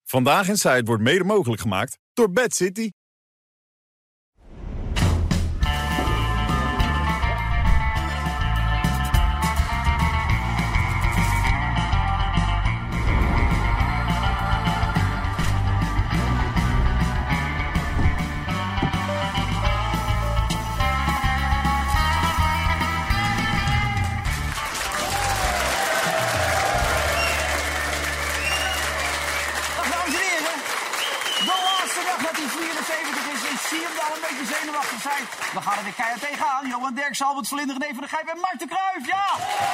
Vandaag Inside wordt mede mogelijk gemaakt door Bad City. We gaan er weer keihard tegenaan. Johan Derksen, Albert Verlinde, René van der Gijp en Mark de Cruijff. Ja!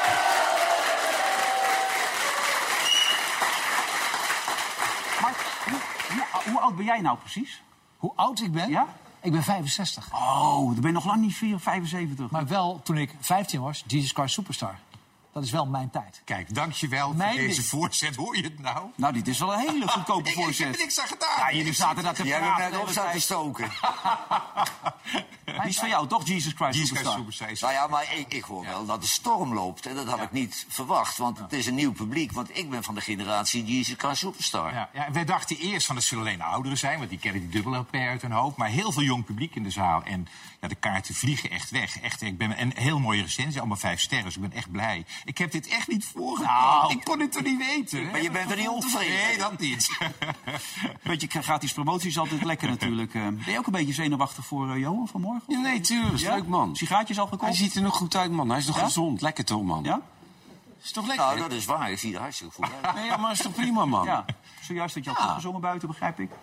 Mark, hoe oud ben jij nou precies? Hoe oud ik ben? Ja? Ik ben 65. Oh, dan ben je nog lang niet 75. Maar wel, toen ik 15 was, Jesus Christ Superstar. Dat is wel mijn tijd. Kijk, dankjewel voor deze voorzet. Hoor je het nou? Nou, dit is wel een hele goedkope voorzet. Ik heb niks aan gedaan. Ja, jullie zaten daar te praten. Jij bent net op zaten stoken. Die is van jou, toch? Jesus Christ Superstar. Nou ja, maar ik hoor wel dat de storm loopt. En dat had ik niet verwacht. Want het is een nieuw publiek. Want ik ben van de generatie Jesus Christ Superstar. Ja, wij dachten eerst van het zullen alleen de ouderen zijn. Want die kennen die dubbele LP uit hun hoofd. Maar heel veel jong publiek in de zaal. En ja, de kaarten vliegen echt weg. Echt, en heel mooie recensie. Allemaal 5 sterren. Dus ik ben echt blij. Ik heb dit echt niet voorgesteld. Nou, ik kon het toch niet weten. Maar je bent er niet ontevreden. Nee, dat niet. Beetje gratis promotie is altijd lekker natuurlijk. Ben je ook een beetje zenuwachtig voor Johan vanmorgen? Ja, nee, tuurlijk. Dat is leuk, man. Sigaretjes al gekocht? Hij ziet er nog goed uit, man. Hij is nog gezond. Lekker toch, man? Ja? Is toch lekker? Nou, dat is waar. Ik zie er hartstikke goed uit. Nee, ja, maar is toch prima, man? Ja. Zojuist dat je had gezongen buiten, begrijp ik.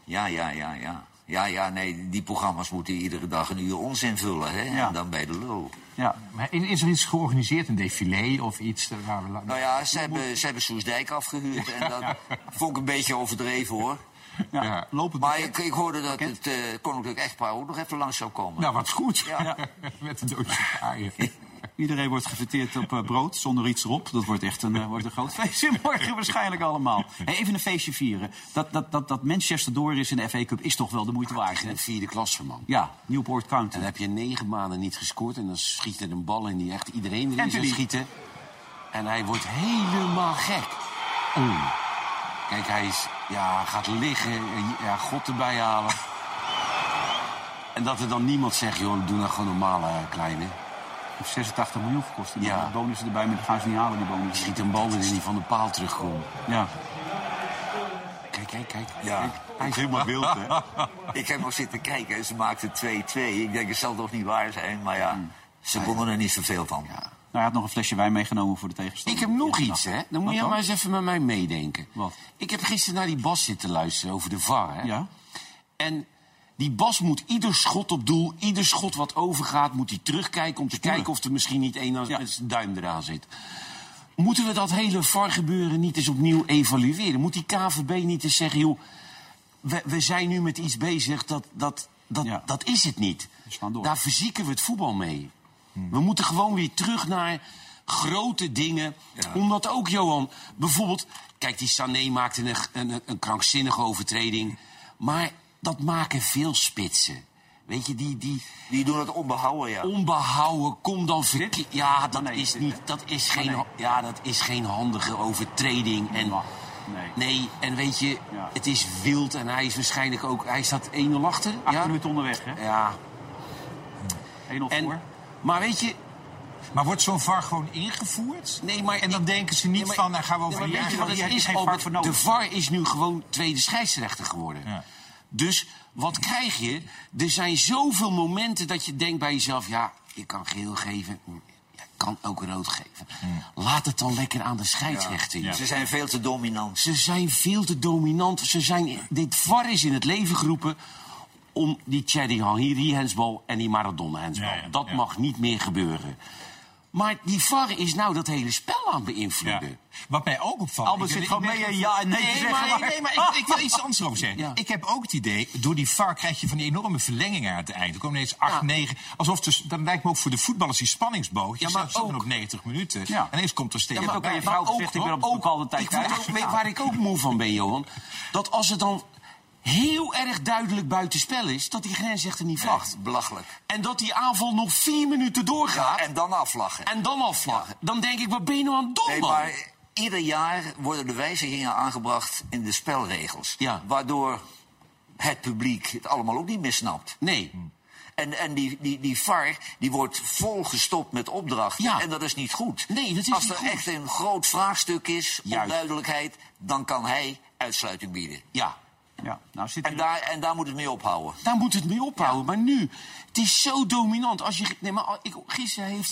Ja, nee, die programma's moeten iedere dag een uur onzin vullen, hè? Ja. En dan bij de lul. Ja. Maar is er iets georganiseerd, een défilé of iets? Waar we... Nou ja, ze hebben Soesdijk afgehuurd. En dat vond ik een beetje overdreven, hoor. Ja. Maar ik hoorde dat het koninklijk echtpaar ook nog even langs zou komen. Nou, wat goed. Ja. Met een doosje paaien. Iedereen wordt gefeteerd op brood, zonder iets erop. Dat wordt echt een groot feestje morgen waarschijnlijk allemaal. Hey, even een feestje vieren. Dat Manchester door is in de FA Cup is toch wel de moeite waard. Een 4e klasse, man. Ja, Newport County. En dan heb je 9 maanden niet gescoord. En dan schiet er een bal in die echt iedereen erin zou schieten. En hij wordt helemaal gek. Kijk, hij gaat liggen. Ja, God erbij halen. En dat er dan niemand zegt, joh, doe nou gewoon normale kleine. 86 miljoen gekost. Ja. Bonussen erbij, maar dat gaan ze niet halen, die bonussen. Schiet een bal erin die van de paal terugkomt. Ja. Kijk. Ja. Hij is helemaal wild, hè? Ik heb nog zitten kijken en ze maakten 2-2. Ik denk, het zal toch niet waar zijn, maar ja, ze konden er niet zoveel van. Ja. Nou, hij had nog een flesje wijn meegenomen voor de tegenstander. Ik heb nog iets, hè? Dan moet je maar eens even met mij meedenken. Wat? Ik heb gisteren naar die Bas zitten luisteren over de VAR, hè? Ja. En die Bas moet ieder schot op doel, ieder schot wat overgaat, moet hij terugkijken om te kijken of er misschien niet één met zijn duim eraan zit. Moeten we dat hele VAR-gebeuren niet eens opnieuw evalueren? Moet die KVB niet eens zeggen, joh, we zijn nu met iets bezig, dat is het niet. Daar verzieken we het voetbal mee. We moeten gewoon weer terug naar grote dingen. Ja. Omdat ook, Johan, bijvoorbeeld, kijk, die Sané maakte een krankzinnige overtreding. Maar dat maken veel spitsen. Weet je, die doen het onbehouden, ja. Onbehouden, kom dan verkeerd. Ja, dat is geen handige overtreding. En nee, en weet je, het is wild en hij is waarschijnlijk ook. Hij staat 1-0 achter. 8 minuten onderweg, hè? Ja. 1-0 voor. Maar weet je. Maar wordt zo'n VAR gewoon ingevoerd? Nee, maar en dan denken ze niet van, dan gaan we over de VAR is nu gewoon tweede scheidsrechter geworden. Ja. Dus wat krijg je? Er zijn zoveel momenten dat je denkt bij jezelf, ja, je kan geel geven, je kan ook rood geven. Laat het dan lekker aan de scheidsrechter. Ja. Ze zijn veel te dominant. Ze zijn veel te dominant. Dit VAR is in het leven geroepen om die Thierry Henry handsbal en die Maradona handsbal. Dat mag niet meer gebeuren. Maar die VAR is nou dat hele spel aan het beïnvloeden. Ja. Wat mij ook opvalt... Albert zit gewoon mee ja en nee te zeggen. Nee, maar ik wil iets anders over zeggen. Ja. Ik heb ook het idee, door die VAR krijg je van die enorme verlengingen aan het eind. Er komen ineens 8, 9... Alsof dat lijkt me ook voor de voetballers die spanningsboog. Je staat op 90 minuten. Ja. En ineens komt er steeds... Ja, maar ook aan je vrouw gezegd, ik ben op bepaalde tijd thuis. Waar ik ook moe van ben, Johan, dat als het dan heel erg duidelijk buitenspel is, dat die grensrechter niet vlagt. Nee, belachelijk. En dat die aanval nog 4 minuten doorgaat. Ja, en dan afvlaggen. Dan denk ik, wat ben je nou aan het doen, man? Maar ieder jaar worden er wijzigingen aangebracht in de spelregels. Ja. Waardoor het publiek het allemaal ook niet meer snapt. Nee. En die VAR die wordt volgestopt met opdrachten. Ja. En dat is niet goed. Nee, dat is Als niet er goed. echt een groot vraagstuk is, Juist. onduidelijkheid, dan kan hij uitsluiting bieden. Ja. Ja, nou zit En daar moet het mee ophouden. Daar moet het mee ophouden. Maar nu, het is zo dominant. Gisteren heeft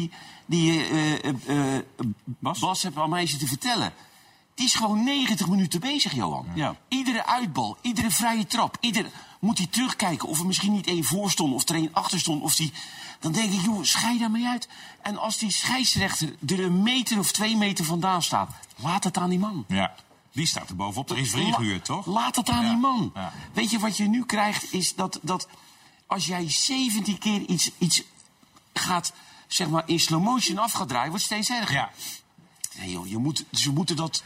Bas heeft aan mij zitten vertellen. Die is gewoon 90 minuten bezig, Johan. Ja. Iedere uitbal, iedere vrije trap. Moet hij terugkijken of er misschien niet één voor stond... of er één achter stond. Dan denk ik, joh, schei daarmee uit. En als die scheidsrechter er 1 meter of 2 meter vandaan staat... laat het aan die man. Ja. Die staat er bovenop. Er is voor ingehuurd, toch? Laat het aan die man. Ja. Weet je wat je nu krijgt, is dat als jij 17 keer iets gaat, zeg maar, in slow motion af gaat draaien, wordt het steeds erger. Ja. Nee, joh, ze moeten dat...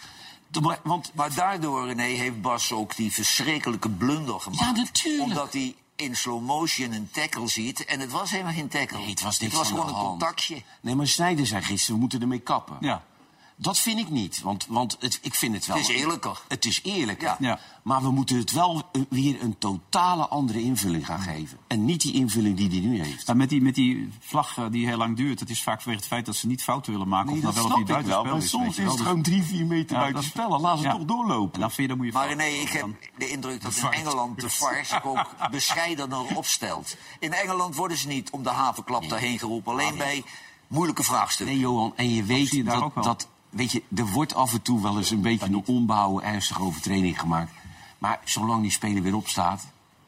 Want, Maar daardoor, René, heeft Bas ook die verschrikkelijke blunder gemaakt. Ja, natuurlijk. Omdat hij in slow motion een tackle ziet. En het was helemaal geen tackle. nee, het was niks Het was aan de gewoon een hand. contactje. Nee, maar Sneijder zei gisteren, we moeten ermee kappen. Ja. Dat vind ik niet, want ik vind het wel... Het is eerlijker. Het is eerlijker. Ja. Ja. Maar we moeten het wel weer een totale andere invulling gaan geven. En niet die invulling die hij nu heeft. Maar met die vlag die heel lang duurt, dat is vaak vanwege het feit dat ze niet fouten willen maken. Nee, of dat nou wel of snap niet ik wel, buitenspel maar is. soms weet je is wel. het Dus- gewoon 3-4 meter Ja, buiten dat is- spel. Laat ze ja. toch doorlopen. En dan vind je, dan moet je Maar fouten. René, ik heb de indruk dat in Engeland de VAR zich ook bescheidener opstelt. In Engeland worden ze niet om de havenklap daarheen geroepen. Alleen bij moeilijke vraagstukken. Nee, Johan, en je weet zie je daar ook wel. dat... Weet je, er wordt af en toe wel eens een beetje een onbehouden, ernstige overtreding gemaakt. Maar zolang die speler weer opstaat,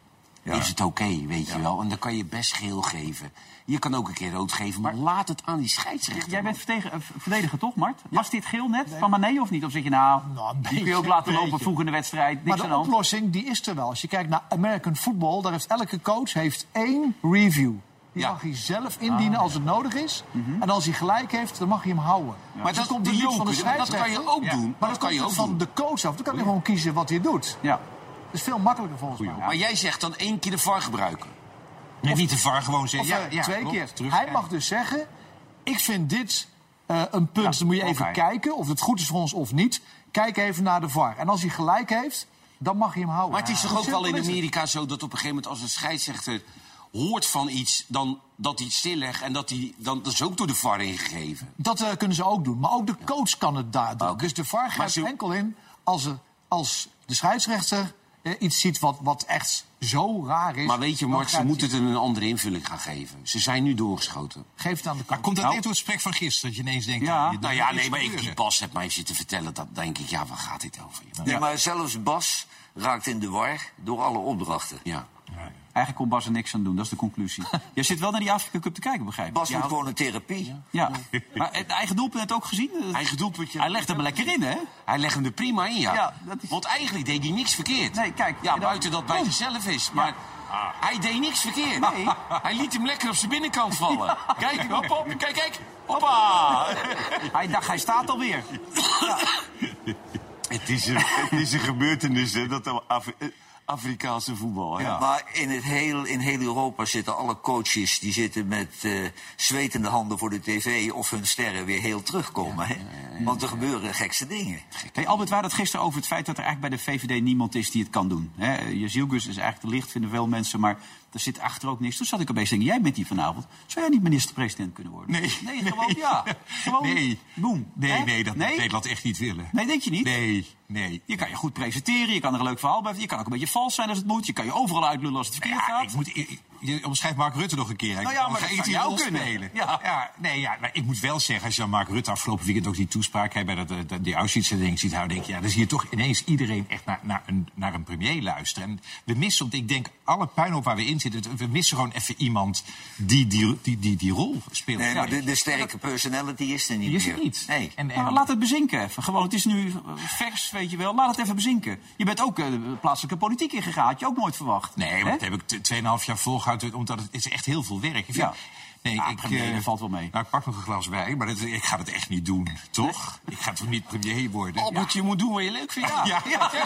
is het oké, weet je wel. En dan kan je best geel geven. Je kan ook een keer rood geven, maar laat het aan die scheidsrechter. Jij bent verdediger toch, Mart? Was dit geel net van Mané of niet? Of zeg je nou, die kun je ook laten lopen vroeg in de wedstrijd, niks Maar aan de de hand? oplossing die is er wel. Als je kijkt naar American football, daar heeft elke coach 1 review. Die Ja. mag hij zelf indienen als het nodig is. En als hij gelijk heeft, dan mag hij hem houden. Maar Dus dat komt die dus niet van de joker, dat kan je scheidsrechter. ook doen. Maar Dat dat kan je komt ook van doen. de coach af. Dan kan hij gewoon kiezen wat hij doet. Ja. Dat is veel makkelijker volgens mij. Maar jij zegt dan 1 keer de VAR gebruiken. Nee, niet de VAR, gewoon zeggen. Of 2 klopt, keer. terugkijken. Hij mag dus zeggen, ik vind dit een punt. Dan moet je even oké. kijken of het goed is voor ons of niet. Kijk even naar de VAR. En als hij gelijk heeft, dan mag hij hem houden. Maar het is toch Zo ook wel in simpel is het. Amerika zo dat op een gegeven moment als een scheidsrechter hoort van iets, dan dat hij het stillegt en dat is ook door de VAR ingegeven. Dat kunnen ze ook doen. Maar ook de coach kan het daar doen. Oké. Dus de VAR grijpt zo- enkel in als de scheidsrechter iets ziet wat echt zo raar is. Maar weet je, dan Mart, ze grijpt moeten hij. het een andere invulling gaan geven. Ze zijn nu doorgeschoten. Geef het aan de Maar kant. komt dat Nou. echt door het gesprek van gisteren? Dat je ineens denkt... Ja. dat Nou ja, moet nee, iets maar die gebeuren. Bas heeft mij zitten vertellen, dat denk ik, ja, waar gaat dit over? Nee, maar zelfs Bas raakt in de war door alle opdrachten. Ja. Eigenlijk kon Bas er niks aan doen, dat is de conclusie. Je zit wel naar die Afrika Cup te kijken, begrijp ik. Bas Ja, moet gewoon een therapie. Ja. Maar het eigen doelpunt heb je ook gezien? Eigen doelpuntje. Hij legt hem er lekker in, hè? Hij legt hem er prima in, ja. Ja, dat is- Want eigenlijk deed hij niks verkeerd. Nee, kijk. Ja, En dan- buiten dat bij zichzelf is. Maar hij deed niks verkeerd. Nee. Hij liet hem lekker op zijn binnenkant vallen. Kijk, hop, kijk. Hoppa. Hij dacht, hij staat alweer. Het is een gebeurtenis, hè, dat Afrikaanse voetbal. Hè? Ja. Maar in heel Europa zitten alle coaches die zitten met zwetende handen voor de tv of hun sterren weer heel terugkomen. Hè? Want er gebeuren gekste dingen. Hey, Albert, we hadden het gisteren over het feit dat er eigenlijk bij de VVD niemand is die het kan doen. Jezielgus is eigenlijk te licht, vinden veel mensen, maar er zit achter ook niks. Toen zat ik opeens te denken, jij bent die vanavond. Zou jij niet minister-president kunnen worden? Nee. Gewoon ja. Gewoon, Nee. boem. Hè? Nee, dat moet nee? Nederland echt niet willen. Nee, denk je niet? Nee. Je kan je goed presenteren, je kan er een leuk verhaal bij. Je kan ook een beetje vals zijn als het moet. Je kan je overal uitlullen als het verkeerd Ja, gaat. je omschrijft Mark Rutte nog een keer. Nou ja, maar Ga dat ik zou die jou rol kunnen. spelen? Ja. Maar ik moet wel zeggen, als je dan Mark Rutte afgelopen weekend ook die toespraak hebt bij die Auschwitz-herdenking ziet houden, denk je, ja, dan zie je toch ineens iedereen echt naar een premier luisteren. En we missen, want ik denk, alle puinhoop waar we in zitten, we missen gewoon even iemand die rol speelt. Nee, Ja. maar de sterke personality is er niet Die is meer. er niet. Nee. Maar laat het bezinken even. Gewoon, het is nu vers, weet je wel. Laat het even bezinken. Je bent ook plaatselijke politiek ingegaan. Had je ook nooit verwacht. Nee, Hè? maar dat heb ik 2,5 jaar volgehouden, omdat het is echt heel veel werk. Ik vind, Ja. Nee, dat valt wel mee. Nou, ik pak nog een glas bij, maar ik ga het echt niet doen, toch? Ik ga toch niet premier worden? Albert, je moet doen wat je leuk vindt. Ja.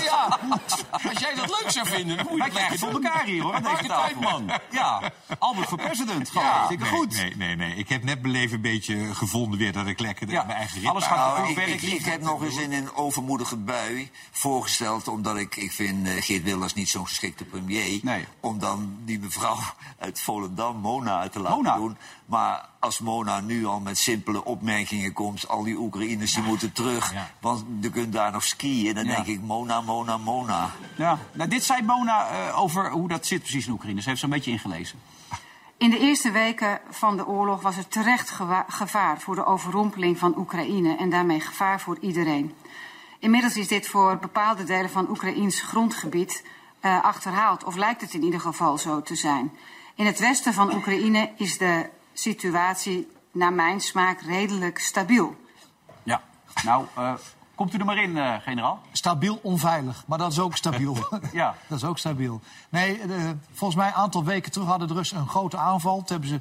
Als jij dat leuk zou vinden, dan moet je Wij dat krijgen het voor elkaar hier, hoor. aan Maak deze je tafel. tijd, man. Ja, Albert voor president. Gewoon hartstikke goed. Nee. Ik heb net mijn leven een beetje gevonden weer dat ik lekker mijn eigen rit alles maak. gaat Nou, goed werk. ik heb nog eens in een overmoedige bui voorgesteld... omdat ik vind Geert Wilders niet zo'n geschikte premier... Nee. om dan die mevrouw uit Volendam, Mona, te laten Mona. doen. Maar als Mona nu al met simpele opmerkingen komt... al die Oekraïners die moeten terug, want je kunt daar nog skiën... dan denk ik Mona. Ja. Nou, dit zei Mona over hoe dat zit precies in Oekraïne. Ze heeft zo'n beetje ingelezen. In de eerste weken van de oorlog was er terecht gevaar voor de overrompeling van Oekraïne en daarmee gevaar voor iedereen. Inmiddels is dit voor bepaalde delen van Oekraïns grondgebied achterhaald, of lijkt het in ieder geval zo te zijn. In het westen van Oekraïne is de situatie naar mijn smaak redelijk stabiel. Ja, nou, komt u er maar in, generaal. Stabiel onveilig, maar dat is ook stabiel. Ja. Dat is ook stabiel. Nee, volgens mij een aantal weken terug hadden de Russen een grote aanval. Toen hebben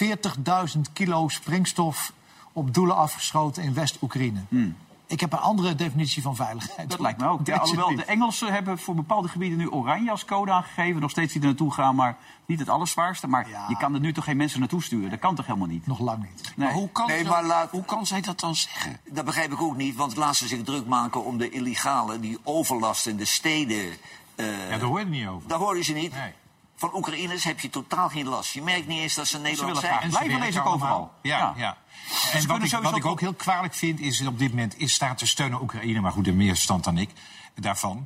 ze 40.000 kilo springstof op doelen afgeschoten in West-Oekraïne. Ik heb een andere definitie van veiligheid. Dat lijkt me ook. Ja, Deze alhoewel, niet. de Engelsen hebben voor bepaalde gebieden nu oranje als code aangegeven. Nog steeds die er naartoe gaan, maar niet het allerzwaarste. Maar je kan er nu toch geen mensen naartoe sturen? Dat kan toch helemaal niet? Nog lang niet. Nee. Maar hoe kan zij dat dan zeggen? Dat begrijp ik ook niet, want laten ze zich druk maken... om de illegale, die overlast in de steden... Daar hoor je niet over. Daar horen ze niet. Nee. Van Oekraïners heb je totaal geen last. Je merkt niet eens dat ze Nederland willen zijn. graag blijven werken lezen ook allemaal. overal. Ja. En kunnen wat sowieso ik ook heel kwalijk vind, is op dit moment staat te steunen Oekraïne. Maar goed, er meer stand dan ik daarvan.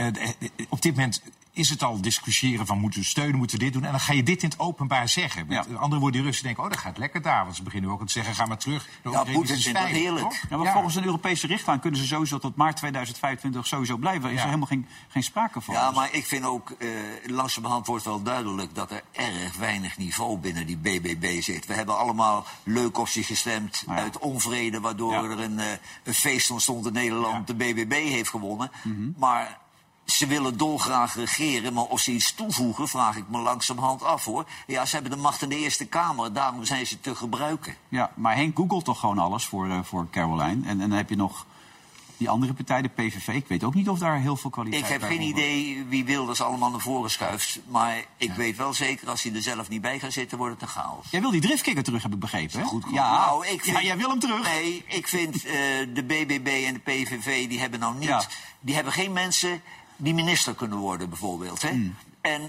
Op dit moment is het al discussiëren van moeten we steunen, moeten we dit doen. En dan ga je dit in het openbaar zeggen. Met andere woorden, die Russen denken, dat gaat lekker daar. Want ze beginnen ook al te zeggen, ga maar terug. Ja, Poetin vindt dat heerlijk. Ja, maar volgens een Europese richtlijn kunnen ze sowieso tot maart 2025 sowieso blijven. Is er helemaal geen sprake van. Ja, maar ik vind ook, langzamerhand wordt wel duidelijk... dat er erg weinig niveau binnen die BBB zit. We hebben allemaal leuk op zich gestemd uit onvrede... waardoor er een feest ontstond in Nederland. De BBB heeft gewonnen. Maar... ze willen dolgraag regeren, maar of ze iets toevoegen, vraag ik me langzamerhand af, hoor. Ja, ze hebben de macht in de Eerste Kamer, daarom zijn ze te gebruiken. Ja, maar Henk googelt toch gewoon alles voor Caroline. En dan heb je nog die andere partij, de PVV. Ik weet ook niet of daar heel veel kwaliteit Ik heb bij geen komt. idee wie Wilders allemaal naar voren schuift. Maar ik weet wel zeker, als hij er zelf niet bij gaat zitten, wordt het een chaos. Jij wil die driftkikker terug, heb ik begrepen, hè? Goed, ja, nou, ik vind, jij wil hem terug. Nee, ik vind de BBB en de PVV, die hebben nou niet... die hebben geen mensen... die minister kunnen worden, bijvoorbeeld. Hè? En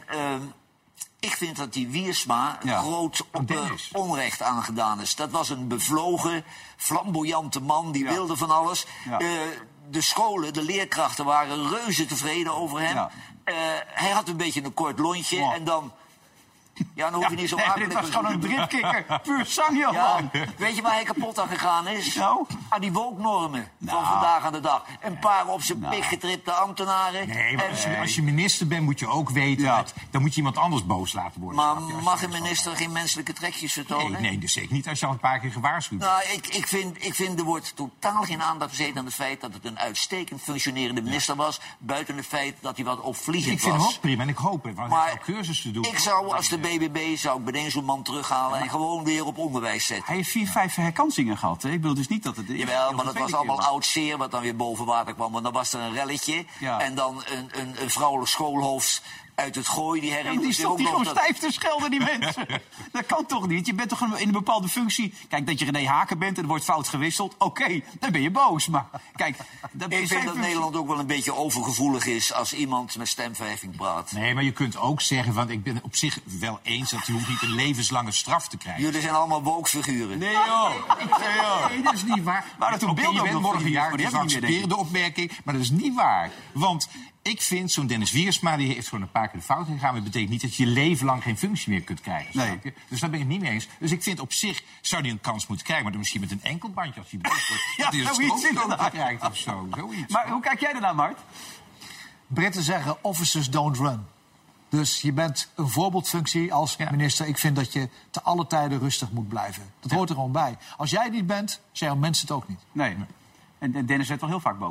ik vind dat die Wiersma groot onrecht aangedaan is. Dat was een bevlogen, flamboyante man, die wilde van alles. Ja. De scholen, de leerkrachten waren reuze tevreden over hem. Ja. Hij had een beetje een kort lontje en dan... Ja, dan hoef je niet zo dit was gewoon een driftkikker. Puur zang, joh, man. Weet je waar hij kapot aan gegaan is? Nou? Aan die woke-normen van vandaag aan de dag. Een paar op zijn pik getripte ambtenaren. Nee, maar als je minister bent, moet je ook weten... dan moet je iemand anders boos laten worden. Maar mag een minister geen menselijke trekjes vertonen? Nee, dus zeker niet als je al een paar keer gewaarschuwd bent. Nou, ik vind er wordt totaal geen aandacht besteed aan het feit... dat het een uitstekend functionerende minister was... buiten het feit dat hij wat opvliegend was. Ik vind hem ook prima en ik hoop het, want hij heeft al cursus te doen. Ik zou, als de BBB, zou ik meteen zo'n man terughalen... en gewoon weer op onderwijs zetten. Hij heeft 4-5 herkansingen gehad, hè? Ik bedoel dus niet dat het... Jawel, maar dat was allemaal oud zeer wat dan weer boven water kwam. Want dan was er een relletje en dan een vrouwelijk schoolhoofd... uit het Gooi, die herinnert die zich stond ook die nog gewoon stijf te schelden, die mensen. Dat kan toch niet? Je bent toch in een bepaalde functie... Kijk, dat je René Haken bent en er wordt fout gewisseld. Oké, dan ben je boos. Maar kijk, dat Ik is vind zijn dat functie. Nederland ook wel een beetje overgevoelig is... als iemand met stemverheffing praat. Nee, maar je kunt ook zeggen, want ik ben het op zich wel eens... dat je hoeft niet een levenslange straf te krijgen. Jullie zijn allemaal woke-figuren. Nee, joh. Nee, dat is niet waar. Maar dat toen Oké, beelden je ook bent nog morgen van die- jaar maar die te hebben we niet meer, accepteren de opmerking, maar dat is niet waar. Want ik vind, zo'n Dennis Wiersma, die heeft gewoon een paar keer de fout gegaan. Dat betekent niet dat je je leven lang geen functie meer kunt krijgen. Nee. Snap je? Dus daar ben ik het niet mee eens. Dus ik vind op zich, zou hij een kans moeten krijgen. Maar dan misschien met een enkel bandje als hij bedoeld wordt. Ja, dat hij een zoiets stroomstoot inderdaad. krijgt of zo. Zoiets. Maar hoe kijk jij ernaar, Mart? Britten zeggen officers don't run. Dus je bent een voorbeeldfunctie als minister. Ik vind dat je te alle tijden rustig moet blijven. Dat hoort er gewoon bij. Als jij het niet bent, zijn jouw mensen het ook niet. Nee. En Dennis werd wel heel vaak boos, hè?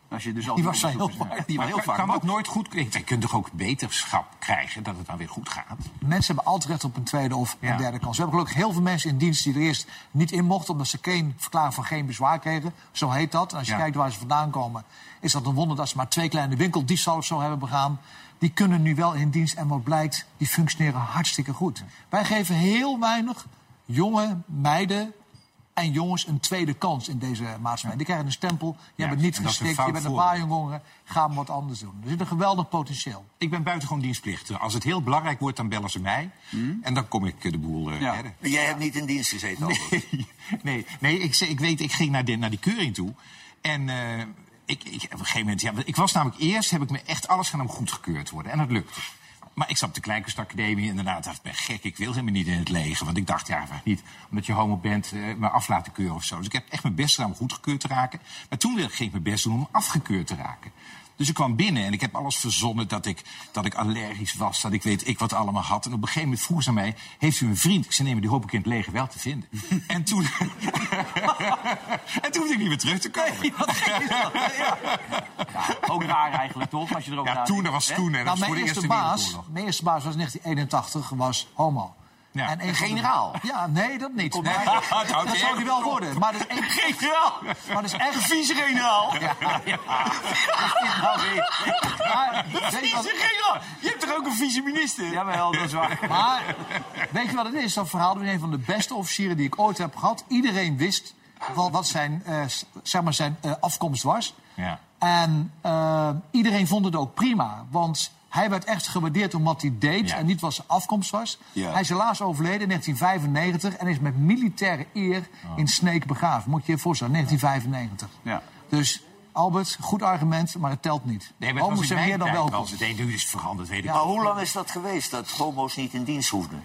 Als je dus Die was wel heel vaak. Die was heel vaak. Kan dat nooit goed... Je kunt toch ook beterschap krijgen dat het dan weer goed gaat? Mensen hebben altijd recht op een tweede of een Ja. derde kans. We hebben gelukkig heel veel mensen in dienst die er eerst niet in mochten, omdat ze geen verklaring van geen bezwaar kregen. Zo heet dat. En als je Ja. kijkt waar ze vandaan komen, is dat een wonder dat ze maar 2 kleine winkeldiefstallen of zo hebben begaan. Die kunnen nu wel in dienst en wat blijkt, die functioneren hartstikke goed. Wij geven heel weinig jonge meiden en jongens een tweede kans in deze maatschappij. Die krijgen een stempel, je bent niet en dat is een geschikt, je fout bent een voorbeeld. paar jongeren, ga maar wat anders doen. Er zit een geweldig potentieel. Ik ben buitengewoon dienstplichtig. Als het heel belangrijk wordt, dan bellen ze mij. En dan kom ik de boel redden. Maar jij hebt niet in dienst gezeten, Albert? Nee, ik ging naar die keuring toe. En op een gegeven moment... Ja, ik was namelijk eerst, heb ik me echt alles gaan om goedgekeurd worden. En dat lukte. Maar ik zat op de Kleinkunstacademie en daarna dacht ik, ben gek, ik wil helemaal niet in het leger. Want ik dacht, ja, niet omdat je homo bent, me af laten keuren of zo. Dus ik heb echt mijn best gedaan om goedgekeurd te raken. Maar toen ging ik mijn best doen om afgekeurd te raken. Dus ik kwam binnen en ik heb alles verzonnen dat ik allergisch was, dat ik weet ik wat allemaal had. En op een gegeven moment vroeg ze aan mij, heeft u een vriend? Ik zei, nee, maar die hoop ik in het leger wel te vinden. En toen... en toen hoefde ik niet meer terug te komen. Nee, wat gek is dat? Ja. Ja, ook raar eigenlijk, toch? Als je erover Ja, nadenkt. toen, dat was Hè? toen. Hè, dat was Nou, voor mijn de eerste Wereldoorlog. baas was 1981, was homo. Ja. En Een generaal. Ja, nee, dat niet. Nee, Maar, dat dat zou hij wel worden. Maar dat is echt... Generaal! Maar dat is echt... Vice-generaal! Ja. Wat is dit nou weer? Maar, weet je wat, Vice-generaal! Je hebt toch ook een vice-minister? Jawel, dat is waar. maar weet je wat het is? Dat verhaal is een van de beste officieren die ik ooit heb gehad. Iedereen wist wat zijn, zijn afkomst was. Ja. En iedereen vond het ook prima. Want hij werd echt gewaardeerd om wat hij deed Ja. en niet wat zijn afkomst was. Ja. Hij is helaas overleden in 1995 en is met militaire eer in Sneek begraven. Moet je je voorstellen, 1995. Ja. Dus Albert, goed argument, maar het telt niet. Nee, maar het Homo's was in zijn mijn meer dan tijd welkom. was het. Nee, nu is het veranderd, weet ik. Maar hoe lang is dat geweest dat homo's niet in dienst hoefden?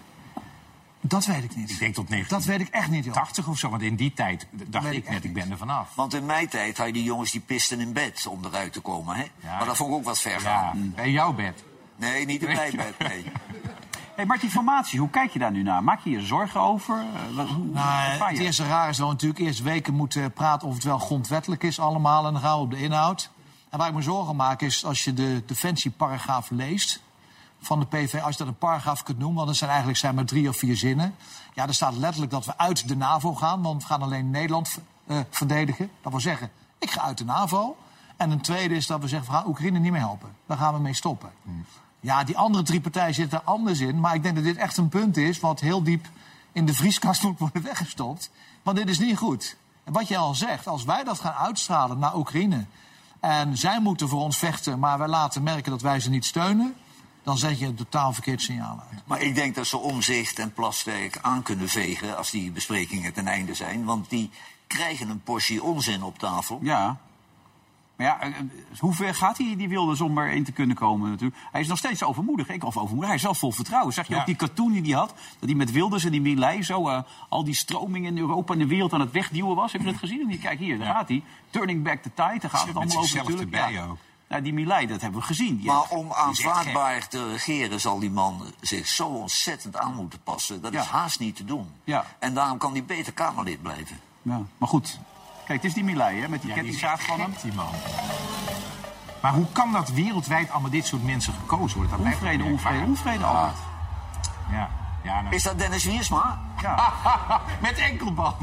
Dat weet ik niet. Ik denk tot Dat weet ik echt niet, joh. 1980 of zo, want in die tijd dacht weet ik ik echt net, ik ben er vanaf. Want in mijn tijd had je die jongens die pisten in bed om eruit te komen. Hè? Ja. Maar dat vond ik ook wat ver Ja, gaan. bij jouw bed. Nee, niet in mijn bed, nee. Hey, maar die formatie, hoe kijk je daar nu naar? Maak je je zorgen over? Hoe Nou, ervaar het je? eerste raar is wel natuurlijk eerst weken moeten praten of het wel grondwettelijk is allemaal. En dan gaan we op de inhoud. En waar ik me zorgen maak is als je de defensieparagraaf leest van de PV. Als je dat een paragraaf kunt noemen, want het zijn maar 3 of 4 zinnen. Ja, er staat letterlijk dat we uit de NAVO gaan. Want we gaan alleen Nederland verdedigen. Dat wil zeggen, ik ga uit de NAVO. En een tweede is dat we zeggen, we gaan Oekraïne niet meer helpen. Daar gaan we mee stoppen. Ja, die andere 3 partijen zitten er anders in. Maar ik denk dat dit echt een punt is wat heel diep in de vrieskast moet worden weggestopt. Want dit is niet goed. En wat je al zegt, als wij dat gaan uitstralen naar Oekraïne en zij moeten voor ons vechten, maar wij laten merken dat wij ze niet steunen, dan zet je een totaal verkeerd signaal uit. Maar ik denk dat ze Omtzigt en Plasterk aan kunnen vegen als die besprekingen ten einde zijn. Want die krijgen een portie onzin op tafel. Ja. Maar ja, hoe ver gaat hij, die Wilders, om erin te kunnen komen natuurlijk? Hij is nog steeds overmoedig. Hij is wel vol vertrouwen. Zag je ook die cartoon die hij had? Dat hij met Wilders en die Milei zo al die stromingen in Europa en de wereld aan het wegduwen was. Heb je dat gezien? En kijk hier, daar gaat hij. Turning back the tide, daar gaat het Met allemaal over zichzelf natuurlijk. erbij ook. Nou, die Milei, dat hebben we gezien. Die Maar heeft- om aanvaardbaar te regeren zal die man zich zo ontzettend aan moeten passen. Dat is haast niet te doen. Ja. En daarom kan hij beter Kamerlid blijven. ja. Maar goed, kijk, het is die Milei, hè, met die Ja, die is kettingzaag echt van hem. gek, die man. Maar hoe kan dat wereldwijd allemaal dit soort mensen gekozen worden? Dat lijkt me Onvrede, merkwaardig. onvrede, Albert. Ja. Ja, nou, Is dat Dennis Wiersma? met enkelband.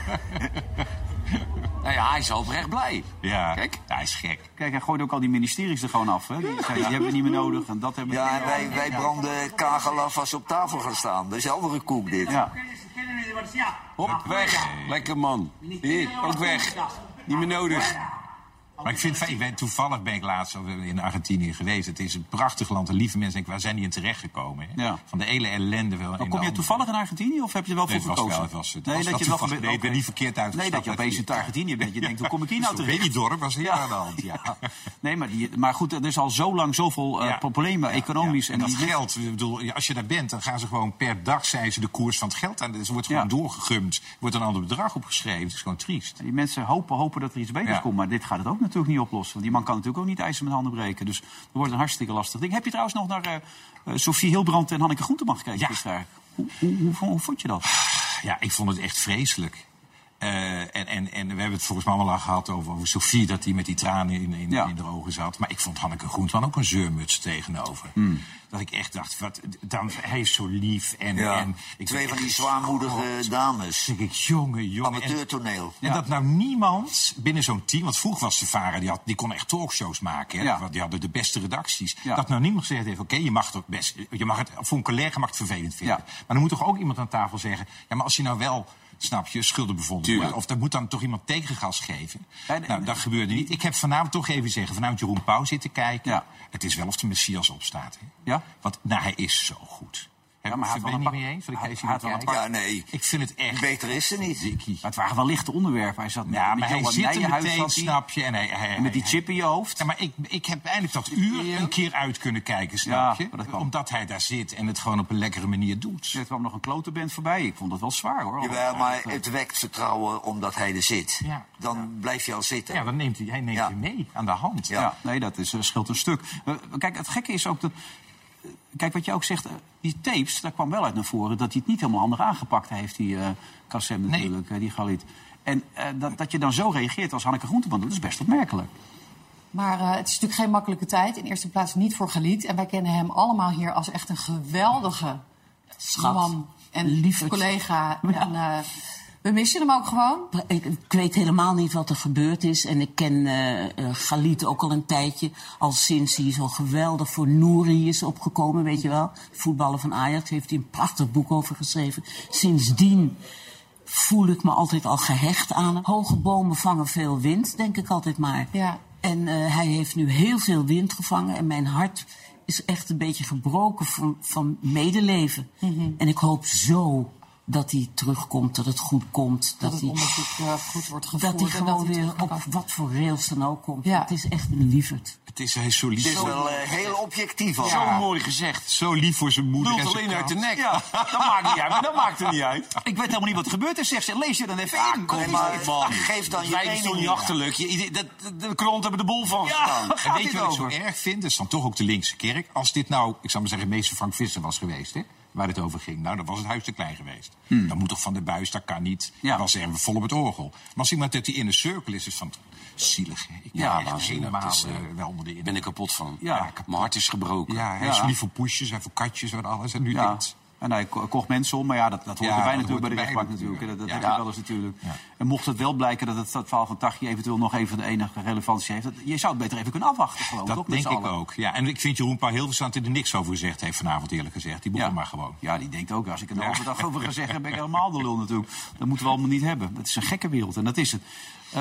Nou ja, hij is oprecht blij. Ja, Kijk. hij is gek. Kijk, hij gooit ook al die ministeries er gewoon af. Hè. Die zeggen, die hebben we niet meer nodig en dat hebben we Ja, niet en meer wij branden kagel af als ze op tafel gaan staan. Dat is andere koek dit. Ja. Hop, weg. Lekker man. Hier, ook weg. Niet meer nodig. Maar ik vind, toevallig ben ik laatst in Argentinië geweest. Het is een prachtig land. En lieve mensen, waar zijn die in terechtgekomen? Hè? Ja. Van de hele ellende. Wel Maar kom je toevallig in Argentinië of heb je er wel voor Nee, het was gekozen? wel, het was- het nee, was dat wel je wel toevallig. Nee, ik ben niet verkeerd uitgestapt. Nee, dat je opeens in Argentinië bent. Je denkt, hoe kom ik hier nou Zo'n terecht? babydorp was hier Ja. aan de hand, ja. Nee, maar goed, er is al zo lang zoveel Ja. problemen, economisch. Ja, en dat die- geld, ik bedoel, als je daar bent, dan gaan ze gewoon per dag zijn ze de koers van het geld aan. Dus er wordt gewoon doorgegumd. Er wordt een ander bedrag opgeschreven. Het is gewoon triest. Die mensen hopen dat er iets beters Ja. komt. Maar dit gaat het ook natuurlijk niet oplossen. Want die man kan natuurlijk ook niet ijzer met handen breken. Dus dat wordt een hartstikke lastig ding. Heb je trouwens nog naar Sophie Hilbrand en Hanneke Groenteman gekeken? Ja. Gisteren? Hoe vond je dat? Ja, ik vond het echt vreselijk. En we hebben het volgens mij allemaal al gehad over Sophie, dat die met die tranen in de ogen zat. Maar ik vond Hanneke Groenteman ook een zeurmuts tegenover. Dat ik echt dacht, hij is zo lief. En twee van die zwaarmoedige dames. Denk ik, jongen. Amateurtoneel. En dat nou niemand binnen zo'n team, want vroeger was de VARA, die kon echt talkshows maken. Hè? Ja. Die hadden de beste redacties. Ja. Dat nou niemand gezegd heeft, oké, je mag het best. Je mag het, voor een collega mag het vervelend vinden. Ja. Maar dan moet toch ook iemand aan tafel zeggen, ja, maar als je nou wel, snap je, schuldig bevonden wordt, of er moet dan toch iemand tegengas geven. Nou, dat gebeurde niet. Ik heb vanavond toch even zeggen, vanavond Jeroen Pauw zitten kijken. Ja. Het is wel of de Messias opstaat. Hè? Ja? Want hij is zo goed. Ja, maar ben je niet mee eens? Ja, nee. Ik vind het echt... Beter is ze niet. Dikkie. Maar het waren wel lichte onderwerpen. Hij zat Ja, maar hij zit er Nijenhuis, meteen, snap je. En met die chip in je hoofd. Ja, maar ik heb eindelijk dat uur een keer uit kunnen kijken, snap je? Omdat hij daar zit en het gewoon op een lekkere manier doet. Er kwam nog een klote band voorbij. Ik vond dat wel zwaar, hoor. Jawel, maar het wekt vertrouwen omdat hij er zit. Ja. Dan blijf je al zitten. Ja, dan neemt hij je mee aan de hand. Ja, nee, dat scheelt een stuk. Kijk, het gekke is ook dat... Kijk, wat je ook zegt, die tapes, daar kwam wel uit naar voren dat hij het niet helemaal handig aangepakt heeft, die Kassem natuurlijk, die Galit. En dat je dan zo reageert als Hanneke Groenteman doet, dat is best opmerkelijk. Maar het is natuurlijk geen makkelijke tijd. In eerste plaats niet voor Galit. En wij kennen hem allemaal hier als echt een geweldige man en lieve collega. Ja. En, we missen hem ook gewoon. Ik weet helemaal niet wat er gebeurd is. En ik ken Galit ook al een tijdje. Al sinds hij zo geweldig voor Nouri is opgekomen, weet je wel. Voetballer van Ajax, heeft hij een prachtig boek over geschreven. Sindsdien voel ik me altijd al gehecht aan hem. Hoge bomen vangen veel wind, denk ik altijd maar. Ja. En hij heeft nu heel veel wind gevangen. En mijn hart is echt een beetje gebroken van medeleven. Mm-hmm. En ik hoop zo dat hij terugkomt, dat het goed komt. Dat het onderzoek goed wordt gevoerd. Dat hij gewoon weer op wat voor rails dan ook komt. Ja. Het is echt een lieverd. Hij is zo lief. Het is wel heel objectief al. Zo mooi gezegd. Zo lief voor zijn moeder. Lult alleen uit de nek. Ja, dat maakt niet uit, maar dat maakt er niet uit. Ik weet helemaal niet wat er gebeurd is, zegt ze. Lees je dan even in. Kom maar, geef dan je mening. Wij zijn niet achterlijk. De krant hebben de bol van gestaan. En weet je wat ik zo erg vind? Dat is dan toch ook de linkse kerk. Als dit nou, ik zou maar zeggen, meester Frank Visser was geweest, hè? Waar het over ging. Nou, dan was het huis te klein geweest. Dan moet toch Van der Buis, dat kan niet. Ja. Was er vol op het orgel. Maar als iemand uit die inner circle is van zielig. Hè? Ik ben echt helemaal wel onder de Ik ben er kapot van. Ja. Mijn hart is gebroken. Ja, hij is lief voor poesjes en voor katjes en alles. En nu dit. En hij kocht mensen om, maar ja, dat hoort erbij natuurlijk bij de rechtbank natuurlijk. Dat heb je wel eens natuurlijk. Ja. En mocht het wel blijken dat het verhaal van Taghi eventueel nog even de enige relevantie heeft, je zou het beter even kunnen afwachten. Gewoon, dat toch, denk ik ook. Ja, en ik vind Jeroen Pauw heel verstandig dat hij er niks over gezegd heeft vanavond, eerlijk gezegd. Die begon maar gewoon. Ja, die denkt ook, als ik er de hele dag over ga zeggen, ben ik helemaal de lul natuurlijk. Dat moeten we allemaal niet hebben. Het is een gekke wereld en dat is het.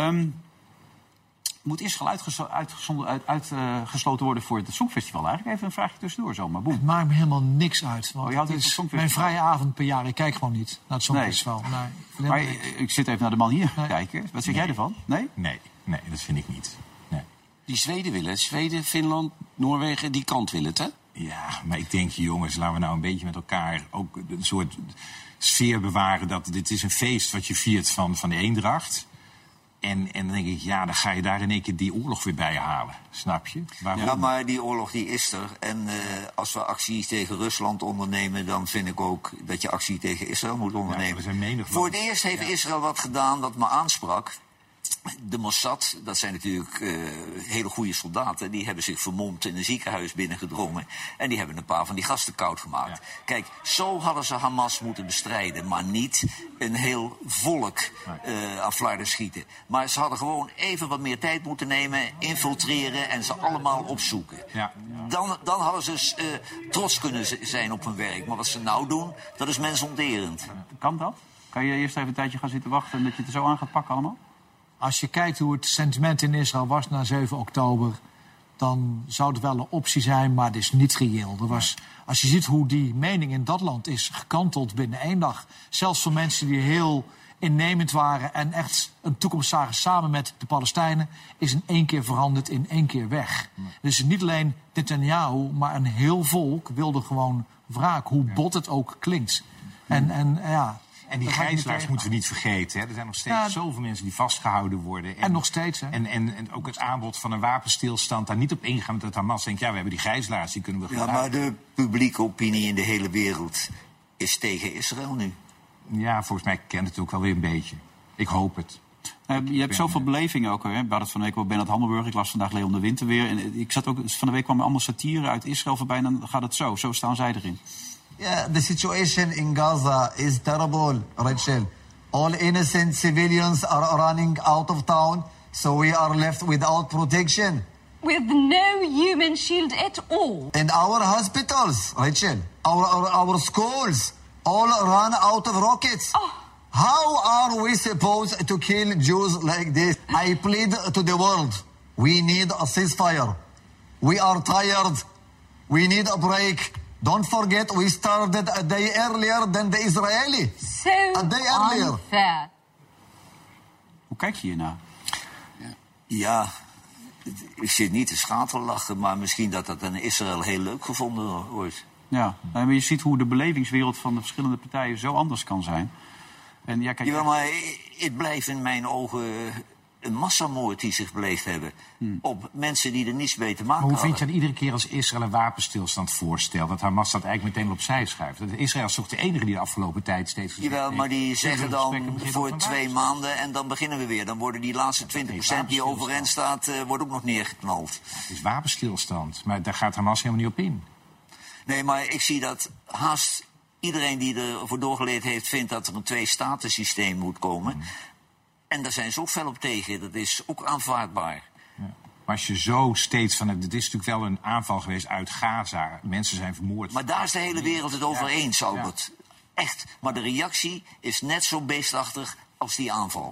Moet Israël uitgesloten worden voor het Songfestival eigenlijk? Even een vraagje tussendoor zomaar. Boem. Het maakt me helemaal niks uit. Want je houdt het is mijn vrije avond per jaar. Ik kijk gewoon niet naar het Songfestival. Nee. Maar ik zit even naar de man hier kijken. Wat zeg jij ervan? Nee? Nee, dat vind ik niet. Nee. Die Zweden willen het. Zweden, Finland, Noorwegen, die kant willen het, hè? Ja, maar ik denk, jongens, laten we nou een beetje met elkaar ook een soort sfeer bewaren. Dat dit is een feest wat je viert van de eendracht. En dan denk ik, dan ga je daar in één keer die oorlog weer bij halen. Snap je? Waarom? Ja, maar die oorlog die is er. En als we actie tegen Rusland ondernemen, dan vind ik ook dat je actie tegen Israël moet ondernemen. Ja, voor het eerst heeft Israël wat gedaan dat me aansprak. De Mossad, dat zijn natuurlijk hele goede soldaten. Die hebben zich vermomd in een ziekenhuis binnengedrongen. En die hebben een paar van die gasten koud gemaakt. Ja. Kijk, zo hadden ze Hamas moeten bestrijden. Maar niet een heel volk aan flarden schieten. Maar ze hadden gewoon even wat meer tijd moeten nemen. Infiltreren en ze allemaal opzoeken. Ja. Dan hadden ze trots kunnen zijn op hun werk. Maar wat ze nou doen, dat is mensonterend. Kan dat? Kan je eerst even een tijdje gaan zitten wachten en dat je het er zo aan gaat pakken allemaal? Als je kijkt hoe het sentiment in Israël was na 7 oktober... dan zou het wel een optie zijn, maar het is niet reëel. Als je ziet hoe die mening in dat land is gekanteld binnen 1 dag... zelfs voor mensen die heel innemend waren en echt een toekomst zagen samen met de Palestijnen... is in 1 keer veranderd, in 1 keer weg. Dus niet alleen Netanyahu, maar een heel volk wilde gewoon wraak. Hoe bot het ook klinkt. En die gijzelaars moeten we niet vergeten. Hè. Er zijn nog steeds zoveel mensen die vastgehouden worden. En nog steeds. Hè? En ook het aanbod van een wapenstilstand daar niet op ingaan met het Hamas. Denkt, we hebben die gijzelaars, die kunnen we gewoon... Ja, maar de publieke opinie in de hele wereld is tegen Israël nu. Ja, volgens mij kent het ook wel weer een beetje. Ik hoop het. Je hebt zoveel belevingen ook. Hè? We hadden het van de week over Bernard Hammelburg. Ik las vandaag Leon de Winter weer. En ik zat ook, van de week kwam er allemaal satire uit Israël voorbij. En dan gaat het zo. Zo staan zij erin. Yeah, the situation in Gaza is terrible, Rachel. All innocent civilians are running out of town, so we are left without protection. With no human shield at all. And our hospitals, Rachel, our schools, all run out of rockets. Oh. How are we supposed to kill Jews like this? I plead to the world. We need a ceasefire. We are tired. We need a break. Don't forget, we started a day earlier than the Israeli. So a day earlier. Unfair. Hoe kijk je hiernaar? Ja, ik zit niet te schaterlachen, maar misschien dat in Israël heel leuk gevonden wordt. Ja, maar je ziet hoe de belevingswereld van de verschillende partijen zo anders kan zijn. En ja, kijk, maar het blijft in mijn ogen een massamoord die zich beleefd hebben. Op mensen die er niets mee te maken Maar hoe hadden. vind je dat iedere keer als Israël een wapenstilstand voorstelt... dat Hamas dat eigenlijk meteen opzij schuift? Dat Israël is toch de enige die de afgelopen tijd steeds gezegd Jawel, maar die heeft, zeggen gesprekken dan beginnen voor over 2 maanden en dan beginnen we weer. Dan worden die laatste 20% die overeind staat, wordt ook nog neergeknald. Het is wapenstilstand, maar daar gaat Hamas helemaal niet op in. Nee, maar ik zie dat haast iedereen die ervoor doorgeleerd heeft... vindt dat er een 2-staten-systeem moet komen. En daar zijn ze ook fel op tegen. Dat is ook aanvaardbaar. Ja. Maar als je zo steeds van... Het is natuurlijk wel een aanval geweest uit Gaza. Mensen zijn vermoord. Maar daar is de hele wereld het over eens, Albert. Ja. Echt. Maar de reactie is net zo beestachtig als die aanval.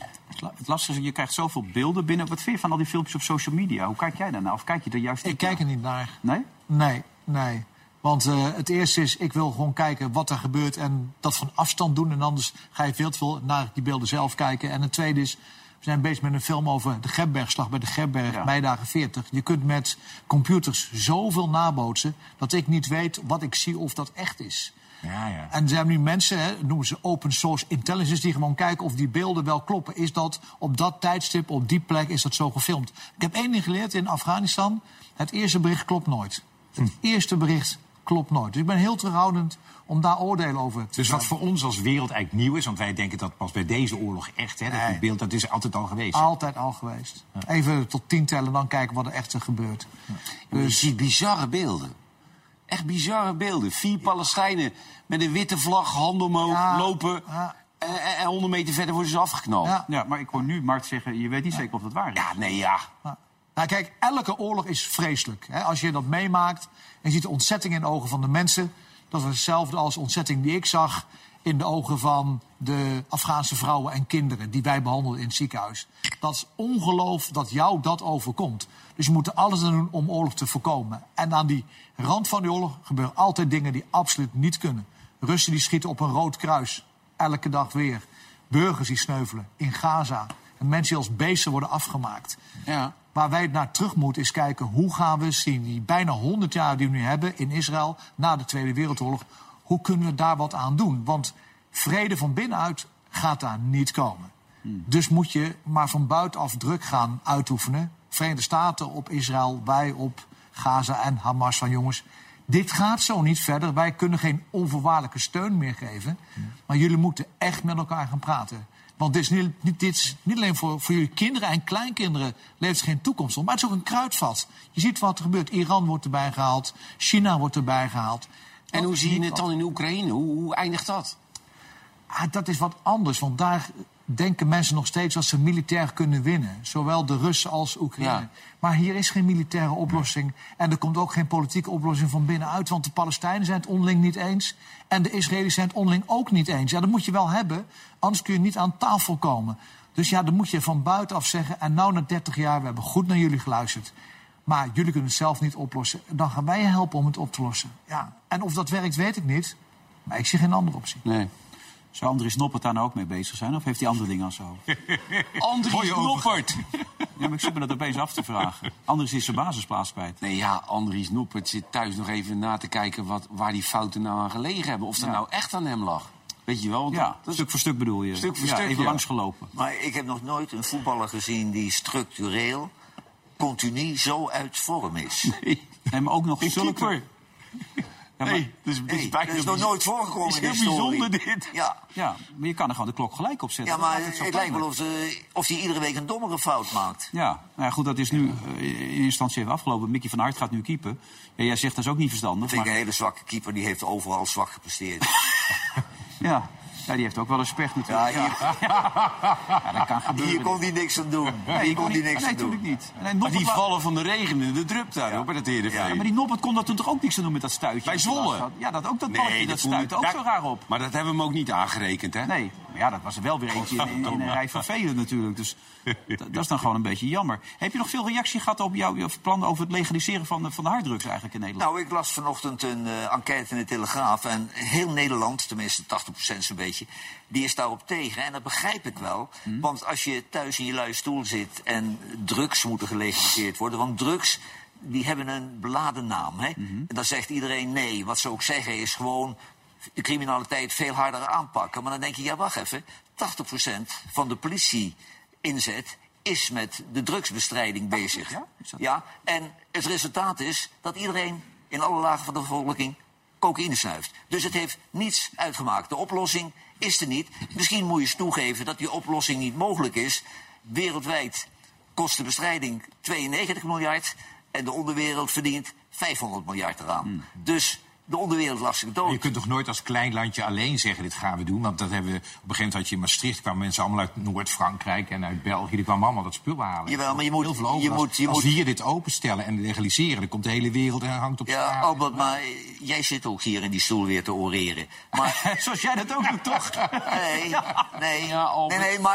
Het lastige is, je krijgt zoveel beelden binnen. Wat vind je van al die filmpjes op social media? Hoe kijk jij daarnaar? Of kijk je er juist Ik kijk er niet naar. Nee? Nee. Want het eerste is, ik wil gewoon kijken wat er gebeurt en dat van afstand doen. En anders ga je veel te veel naar die beelden zelf kijken. En het tweede is, we zijn bezig met een film over de Gebbergslag bij de Gebberg, meidagen 40. Je kunt met computers zoveel nabootsen dat ik niet weet wat ik zie of dat echt is. Ja. En er zijn nu mensen, noemen ze open source intelligence, die gewoon kijken of die beelden wel kloppen. Is dat op dat tijdstip, op die plek, is dat zo gefilmd? Ik heb 1 ding geleerd in Afghanistan. Het eerste bericht klopt nooit. Het eerste bericht klopt nooit. Dus ik ben heel terughoudend om daar oordelen over te Dus wat voor ons als wereld eigenlijk nieuw is... want wij denken dat pas bij deze oorlog echt... dat beeld, dat is altijd al geweest. Altijd al geweest. Ja. Even tot 10 tellen, dan kijken wat er echt gebeurt. Ja. Dus je ziet bizarre beelden. Echt bizarre beelden. 4 Palestijnen met een witte vlag, handen omhoog, lopen... Ja. En 100 meter verder worden ze afgeknald. Ja, maar ik hoor nu Mart zeggen, je weet niet zeker of dat waar is. Ja. Nou, kijk, elke oorlog is vreselijk. Hè? Als je dat meemaakt en je ziet de ontzetting in de ogen van de mensen... dat was hetzelfde als de ontzetting die ik zag in de ogen van de Afghaanse vrouwen en kinderen... die wij behandelden in het ziekenhuis. Dat is ongeloof dat jou dat overkomt. Dus je moet er alles aan doen om oorlog te voorkomen. En aan die rand van die oorlog gebeuren altijd dingen die absoluut niet kunnen. Russen die schieten op een rood kruis, elke dag weer. Burgers die sneuvelen in Gaza. En mensen die als beesten worden afgemaakt. Ja. Waar wij naar terug moeten is kijken, hoe gaan we zien... die bijna 100 jaar die we nu hebben in Israël, na de Tweede Wereldoorlog... hoe kunnen we daar wat aan doen? Want vrede van binnenuit gaat daar niet komen. Dus moet je maar van buitenaf druk gaan uitoefenen. Verenigde Staten op Israël, wij op Gaza en Hamas van jongens... dit gaat zo niet verder. Wij kunnen geen onvoorwaardelijke steun meer geven. Maar jullie moeten echt met elkaar gaan praten. Want dit is niet alleen voor jullie kinderen en kleinkinderen levert het geen toekomst op. Maar het is ook een kruidvat. Je ziet wat er gebeurt. Iran wordt erbij gehaald. China wordt erbij gehaald. En hoe zie je het dan in Oekraïne? Hoe eindigt dat? Dat is wat anders. Want daar denken mensen nog steeds dat ze militair kunnen winnen. Zowel de Russen als Oekraïne. Ja. Maar hier is geen militaire oplossing. En er komt ook geen politieke oplossing van binnenuit. Want de Palestijnen zijn het onderling niet eens. En de Israëli's zijn het onderling ook niet eens. Ja, dat moet je wel hebben. Anders kun je niet aan tafel komen. Dus ja, dan moet je van buitenaf zeggen... en nou na 30 jaar, we hebben goed naar jullie geluisterd. Maar jullie kunnen het zelf niet oplossen. Dan gaan wij je helpen om het op te lossen. Ja. En of dat werkt, weet ik niet. Maar ik zie geen andere optie. Nee. Zou Andries Noppert daar nou ook mee bezig zijn? Of heeft hij andere dingen aan zijn hoofd? Andries Noppert! Ja, maar ik zit me dat opeens af te vragen. Andries is zijn basisplaats kwijt. Nee, ja, Andries Noppert zit thuis nog even na te kijken... waar die fouten nou aan gelegen hebben. Of dat nou echt aan hem lag. Weet je wel? Want ja, stuk voor stuk bedoel je. Stuk voor stuk, even langsgelopen. Maar ik heb nog nooit een voetballer gezien die structureel... continu zo uit vorm is. Nee, maar ook nog zulke... Nee, dat is nog nooit voorgekomen in de historie. Heel bijzonder dit. Ja, maar je kan er gewoon de klok gelijk op zetten. Ja, maar het lijkt wel of hij iedere week een dommere fout maakt. Ja, nou ja, goed, dat is nu in instantie even afgelopen. Mickey van Aert gaat nu keepen. Ja, jij zegt dat is ook niet verstandig. Ik vind een hele zwakke keeper, die heeft overal zwak gepresteerd. Ja, die heeft ook wel een pech natuurlijk. Ja, dat kan gebeuren. Hier kon hij niks aan doen. Nee, natuurlijk niet. Maar die vallen van de regen in de drup daar, bij het Heerenveen. Ja, maar die Noppert kon dat toen toch ook niks aan doen met dat stuitje? Bij Zwolle. Ja, dat balkje, dat stuitte ook zo raar op. Maar dat hebben we hem ook niet aangerekend, hè? Nee, maar ja, dat was er wel weer eentje in een rij van velen natuurlijk. Dus dat is dan gewoon een beetje jammer. Heb je nog veel reactie gehad op jouw plannen over het legaliseren van de harddrugs eigenlijk in Nederland? Nou, ik las vanochtend een enquête in de Telegraaf. En heel Nederland, tenminste 80% zo'n beetje, die is daarop tegen. En dat begrijp ik wel. Want als je thuis in je luie stoel zit en drugs moeten gelegaliseerd worden. Want drugs, die hebben een beladen naam. Hè? En dan zegt iedereen nee. Wat ze ook zeggen is gewoon de criminaliteit veel harder aanpakken. Maar dan denk je, ja, wacht even. 80% van de politie-inzet is met de drugsbestrijding bezig. Ja, en het resultaat is dat iedereen in alle lagen van de bevolking cocaïne snuift. Dus het heeft niets uitgemaakt. De oplossing is er niet. Misschien moet je eens toegeven dat die oplossing niet mogelijk is. Wereldwijd kost de bestrijding 92 miljard... en de onderwereld verdient 500 miljard eraan. Dus de onderwereld lag zich dood. Je kunt toch nooit als klein landje alleen zeggen, dit gaan we doen? Want dat hebben we, op een gegeven moment had je in Maastricht, kwamen mensen allemaal uit Noord-Frankrijk en uit België, die kwamen allemaal dat spul halen. Jawel, maar je moet... Als we hier dit openstellen en legaliseren, dan komt de hele wereld en hangt op straat. Ja, Albert, maar jij zit ook hier in die stoel weer te oreren. Maar zoals jij dat ook doet, toch? Nee, maar...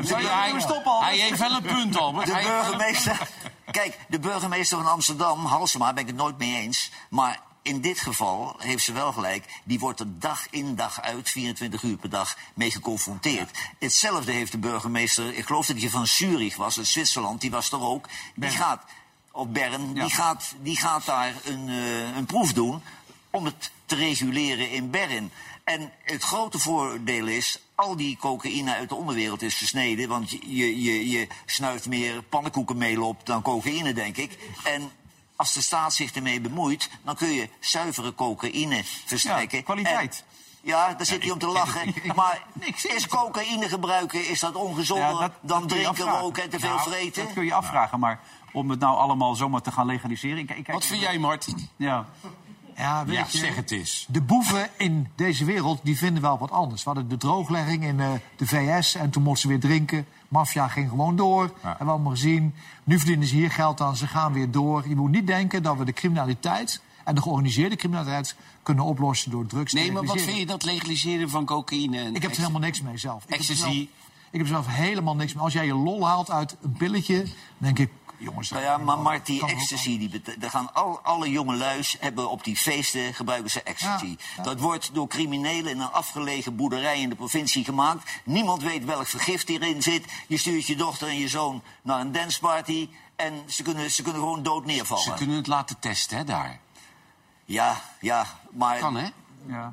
Hij heeft wel een punt, Albert. De burgemeester... Kijk, de burgemeester van Amsterdam, Halsema, ben ik het nooit mee eens. Maar in dit geval heeft ze wel gelijk. Die wordt er dag in dag uit, 24 uur per dag, mee geconfronteerd. Hetzelfde heeft de burgemeester, ik geloof dat hij van Zurich was, in Zwitserland, die was er ook. Die gaat op Bern, die gaat daar een proef doen om het te reguleren in Bern. En het grote voordeel is, al die cocaïne uit de onderwereld is versneden. Want je snuift meer pannenkoekenmeel op dan cocaïne, denk ik. En als de staat zich ermee bemoeit, dan kun je zuivere cocaïne verstrekken. Ja, kwaliteit. Ja, daar zit hij om te lachen. Maar is cocaïne gebruiken, is dat ongezonder dan drinken, roken en te veel vreten? Dat kun je afvragen, maar om het nou allemaal zomaar te gaan legaliseren... Wat vind jij, Martin? Ja, weet je, zeg het eens. De boeven in deze wereld die vinden wel wat anders. We hadden de drooglegging in de VS en toen mochten ze weer drinken. Maffia ging gewoon door. Hebben we allemaal gezien. Nu verdienen ze hier geld aan, ze gaan weer door. Je moet niet denken dat we de criminaliteit en de georganiseerde criminaliteit kunnen oplossen door drugs te legaliseren. Maar wat vind je dat legaliseren van cocaïne? Ik heb er helemaal niks mee zelf. Ecstasy? Ik heb er zelf helemaal niks mee. Als jij je lol haalt uit een pilletje, dan denk ik... Jongens, nou ja, maar Mart, die ecstasy, daar gaan alle jonge luis hebben op die feesten gebruiken ze ecstasy. Ja. Dat wordt door criminelen in een afgelegen boerderij in de provincie gemaakt. Niemand weet welk vergif hierin zit. Je stuurt je dochter en je zoon naar een danceparty en ze kunnen gewoon dood neervallen. Ze kunnen het laten testen, hè, daar? Ja, maar... Kan, hè? Ja,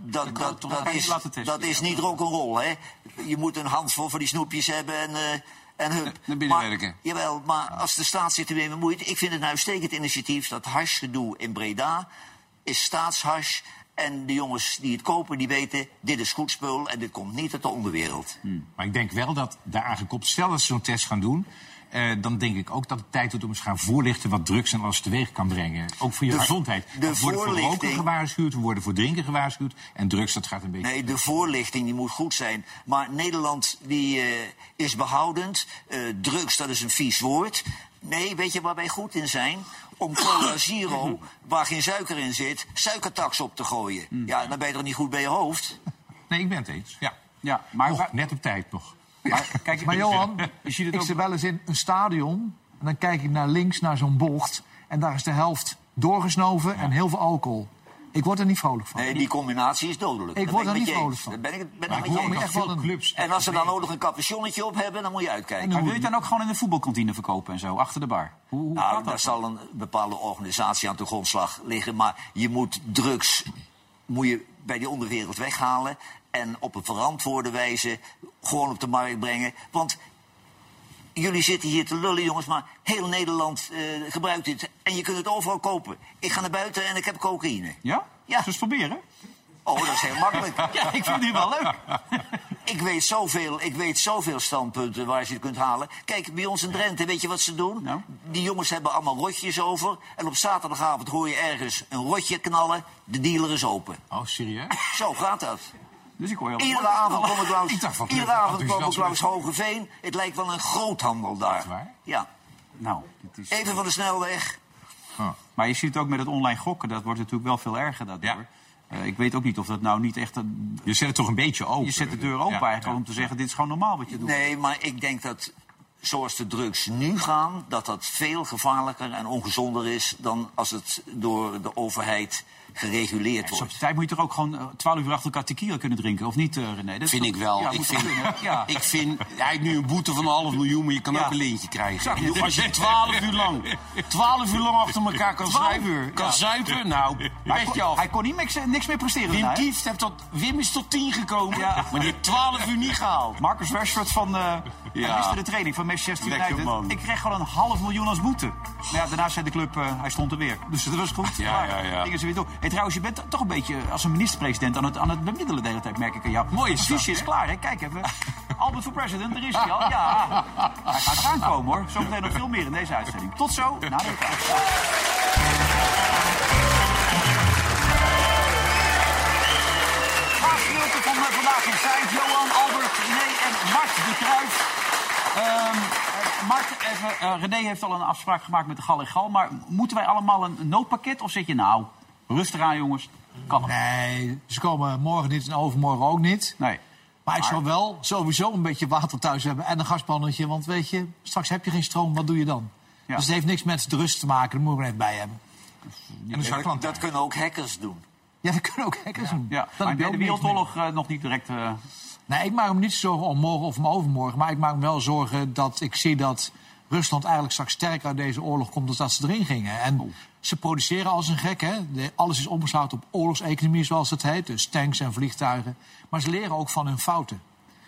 dat is niet rock'n'roll, hè? Je moet een handvol van die snoepjes hebben en hup. Naar binnenwerken. Jawel, maar als de staat zich ermee bemoeit... Ik vind het een uitstekend initiatief. Dat hashgedoe in Breda is staatshash. En de jongens die het kopen, die weten... dit is goed spul en dit komt niet uit de onderwereld. Maar ik denk wel dat daaraan gekoppeld... stel dat ze zo'n test gaan doen... dan denk ik ook dat het tijd wordt om eens gaan voorlichten... wat drugs en alles teweeg kan brengen. Ook voor je gezondheid. We worden voor roken gewaarschuwd, we worden voor drinken gewaarschuwd... en drugs, dat gaat een beetje... Nee, de voorlichting die moet goed zijn. Maar Nederland die, is behoudend. Drugs, dat is een vies woord. Nee, weet je waar wij goed in zijn? Om Cola Zero, waar geen suiker in zit... suikertax op te gooien. Ja, dan ben je toch niet goed bij je hoofd? Nee, ik ben het eens. Ja, maar net op tijd nog. Maar Johan, ik zit wel eens in een stadion... en dan kijk ik naar links, naar zo'n bocht... en daar is de helft doorgesnoven en heel veel alcohol. Ik word er niet vrolijk van. Nee, die combinatie is dodelijk. Ik word er niet vrolijk van. Ben ik echt wel clubs. En als ze dan ook nog een capuchonnetje op hebben, dan moet je uitkijken. Maar wil je het dan ook gewoon in de voetbalkantine verkopen en zo, achter de bar? Hoe nou, daar zal een bepaalde organisatie aan de grondslag liggen. Maar je moet drugs bij die onderwereld weghalen... en op een verantwoorde wijze gewoon op de markt brengen. Want jullie zitten hier te lullen, jongens, maar heel Nederland gebruikt dit. En je kunt het overal kopen. Ik ga naar buiten en ik heb cocaïne. Ja? Ja. Zullen we eens proberen? Oh, dat is heel makkelijk. Ja, ik vind het wel leuk. Ik weet zoveel standpunten waar je het kunt halen. Kijk, bij ons in Drenthe, weet je wat ze doen? Nou? Die jongens hebben allemaal rotjes over. En op zaterdagavond hoor je ergens een rotje knallen. De dealer is open. Oh, serieus? Zo gaat dat. Dus ik hoor heel Iedere avond kom ik langs Hoge. Hogeveen. Het lijkt wel een groothandel daar. waar? Ja. Nou, dit is... Even van de snelweg. Maar je ziet het ook met het online gokken. Dat wordt natuurlijk wel veel erger daardoor. Ja. Ik weet ook niet of dat nou niet echt... Je zet het toch een beetje open? Je zet de deur open eigenlijk om te zeggen... dit is gewoon normaal wat je doet. Nee, maar ik denk dat zoals de drugs nu gaan... dat veel gevaarlijker en ongezonder is... dan als het door de overheid gereguleerd Op wordt. de tijd moet je toch ook gewoon 12 uur achter elkaar tequila kunnen drinken? Of niet, René? Dat Vind is ik toch- wel. Ja, Ik moet vind, toch kunnen? Ja. ik vind, hij heeft nu een boete van 500.000, maar je kan Ja. ook een lintje krijgen. Exact. Als je 12 uur lang achter elkaar kan 12 zuipen, uur, ja. zuipen, nou, weet je af. Hij kon niks meer presteren. Wim daarna, hè? Kieft heeft Wim is tot 10 gekomen, Ja. maar die heeft 12 uur niet gehaald. Marcus Rashford van hij miste de training van Manchester Lekker United. man. Ik kreeg gewoon 500.000 als boete. Maar ja, daarna zei de club, hij stond er weer. Dus dat was goed. Ja, Maar ja, ja. Dingen ze weer door. Hey, trouwens, je bent toch een beetje als een minister-president aan het bemiddelen de hele tijd, merk ik aan jou. Mooie Fiche stap, is hè? klaar, hè? Kijk even. Albert voor president, daar is hij al. Ja. Hij gaat eraan komen, hoor. Zometeen nog veel meer in deze uitzending. Tot zo, na de reclame. Gedeelte van vandaag in Feit. Johan, Albert, René en Mart de Kruijf. Mart, even, René heeft al een afspraak gemaakt met de Gal en Gal. Maar moeten wij allemaal een noodpakket? Of zeg je nou, rustig aan jongens, kan het? Nee, ze komen morgen niet en overmorgen ook niet. Nee. Maar ik zou wel sowieso een beetje water thuis hebben en een gaspannetje. Want weet je, straks heb je geen stroom, wat doe je dan? Ja. Dus het heeft niks met de rust te maken, dat moet je er even bij hebben. En een zaklamp. Dat kunnen ook hackers doen. Ja, dat kunnen ook hackers doen. Ja, Dat maar heb je bij ook de niks Wereldoorlog nog niet direct... Nee, ik maak me niet zorgen om morgen of om overmorgen. Maar ik maak me wel zorgen dat ik zie dat Rusland eigenlijk straks sterker uit deze oorlog komt dan dat ze erin gingen. En ze produceren als een gek. Hè? Alles is omgebouwd op oorlogseconomie, zoals het heet. Dus tanks en vliegtuigen. Maar ze leren ook van hun fouten.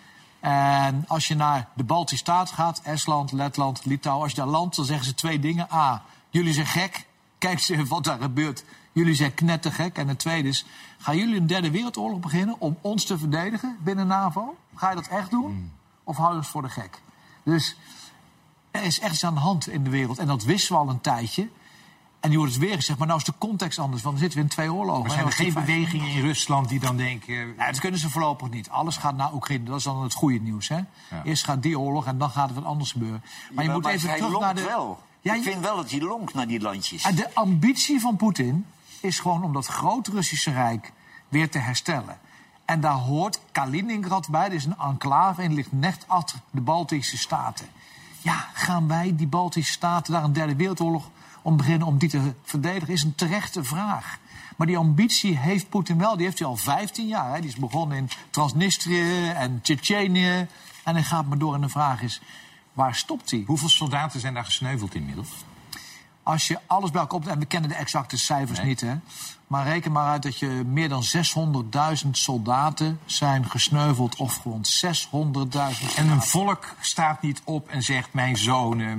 En als je naar de Baltische Staten gaat, Estland, Letland, Litouwen. Als je daar landt, dan zeggen ze 2 dingen. A, jullie zijn gek. Kijk eens even wat daar gebeurt. Jullie zijn knettergek. En het tweede is, gaan jullie een 3e wereldoorlog beginnen om ons te verdedigen binnen NAVO? Ga je dat echt doen? Of hou je ons voor de gek? Dus er is echt iets aan de hand in de wereld. En dat wisten we al een tijdje. En nu wordt het weer gezegd, maar nou is de context anders. Want we zitten weer in 2 oorlogen. Maar zijn er geen bewegingen in Rusland die dan denken... Nou, dat kunnen ze voorlopig niet. Alles gaat naar Oekraïne. Dat is dan het goede nieuws. Hè? Eerst gaat die oorlog en dan gaat er wat anders gebeuren. Maar je moet even hij terug lonkt naar de... wel. Ja, Ik vind wel dat hij lonkt naar die landjes. En de ambitie van Poetin is gewoon om dat grote Russische Rijk weer te herstellen. En daar hoort Kaliningrad bij. Dat is een enclave en ligt net achter de Baltische Staten. Ja, gaan wij die Baltische Staten daar een 3e wereldoorlog om beginnen om die te verdedigen? Is een terechte vraag. Maar die ambitie heeft Poetin wel. Die heeft hij al 15 jaar. Hè. Die is begonnen in Transnistrië en Tsjetsjenië. En hij gaat maar door. En de vraag is, waar stopt hij? Hoeveel soldaten zijn daar gesneuveld inmiddels? Als je alles bij elkaar optelt, en we kennen de exacte cijfers niet, hè. Maar reken maar uit dat je meer dan 600.000 soldaten zijn gesneuveld of gewond. 600.000. En een volk staat niet op en zegt, mijn zonen,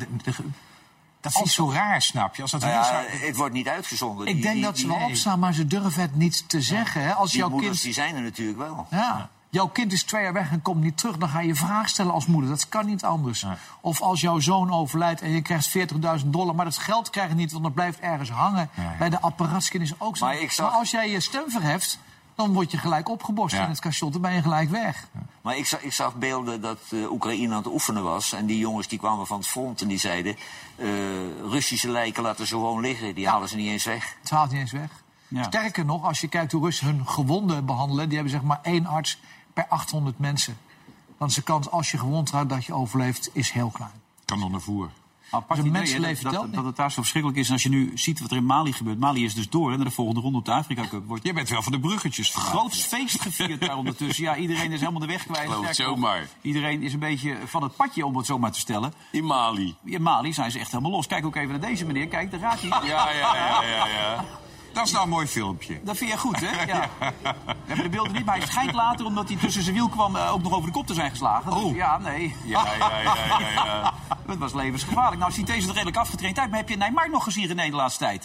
dat is niet zo raar, snap je? Als dat Het wordt niet uitgezonden. Ik denk dat ze wel opstaan, maar ze durven het niet te zeggen. Hè. Als Die jouw moeders kind... die zijn er natuurlijk wel. Ja. Jouw kind is 2 jaar weg en komt niet terug, dan ga je vraag stellen als moeder. Dat kan niet anders. Ja. Of als jouw zoon overlijdt en je krijgt $40.000, maar dat geld krijg je niet, want dat blijft ergens hangen. Ja. Bij de apparaatskind is ook zo. Maar als jij je stem verheft, dan word je gelijk opgeborst in het cachot. Dan ben je gelijk weg. Ja. Maar ik zag beelden dat Oekraïne aan het oefenen was. En die jongens die kwamen van het front en die zeiden... Russische lijken laten ze gewoon liggen. Die halen ze niet eens weg. Het haalt niet eens weg. Ja. Sterker nog, als je kijkt hoe Russen hun gewonden behandelen... die hebben zeg maar 1 arts per 800 mensen. Dan is de kans als je gewond raakt dat je overleeft, is heel klein. Kanon naar voren. Apart idee, dat het daar zo verschrikkelijk is. En als je nu ziet wat er in Mali gebeurt. Mali is dus door naar de volgende ronde op de Afrika Cup. Je bent wel van de bruggetjes. Groot feest gevierd daar ondertussen. Ja, iedereen is helemaal de weg kwijt. Geloof het zomaar. Iedereen is een beetje van het padje, om het zo maar te stellen. In Mali. In Mali zijn ze echt helemaal los. Kijk ook even naar deze meneer. Kijk, daar gaat hij. Ja. Dat is nou een mooi filmpje. Dat vind je goed, hè? Ja. We hebben de beelden niet, maar hij schijnt later, omdat hij tussen zijn wiel kwam, ook nog over de kop te zijn geslagen. Dus, ja, nee. Ja. Het was levensgevaarlijk. Nou ziet deze er redelijk afgetraind uit. Maar heb je Neymar nog gezien, René, de laatste tijd?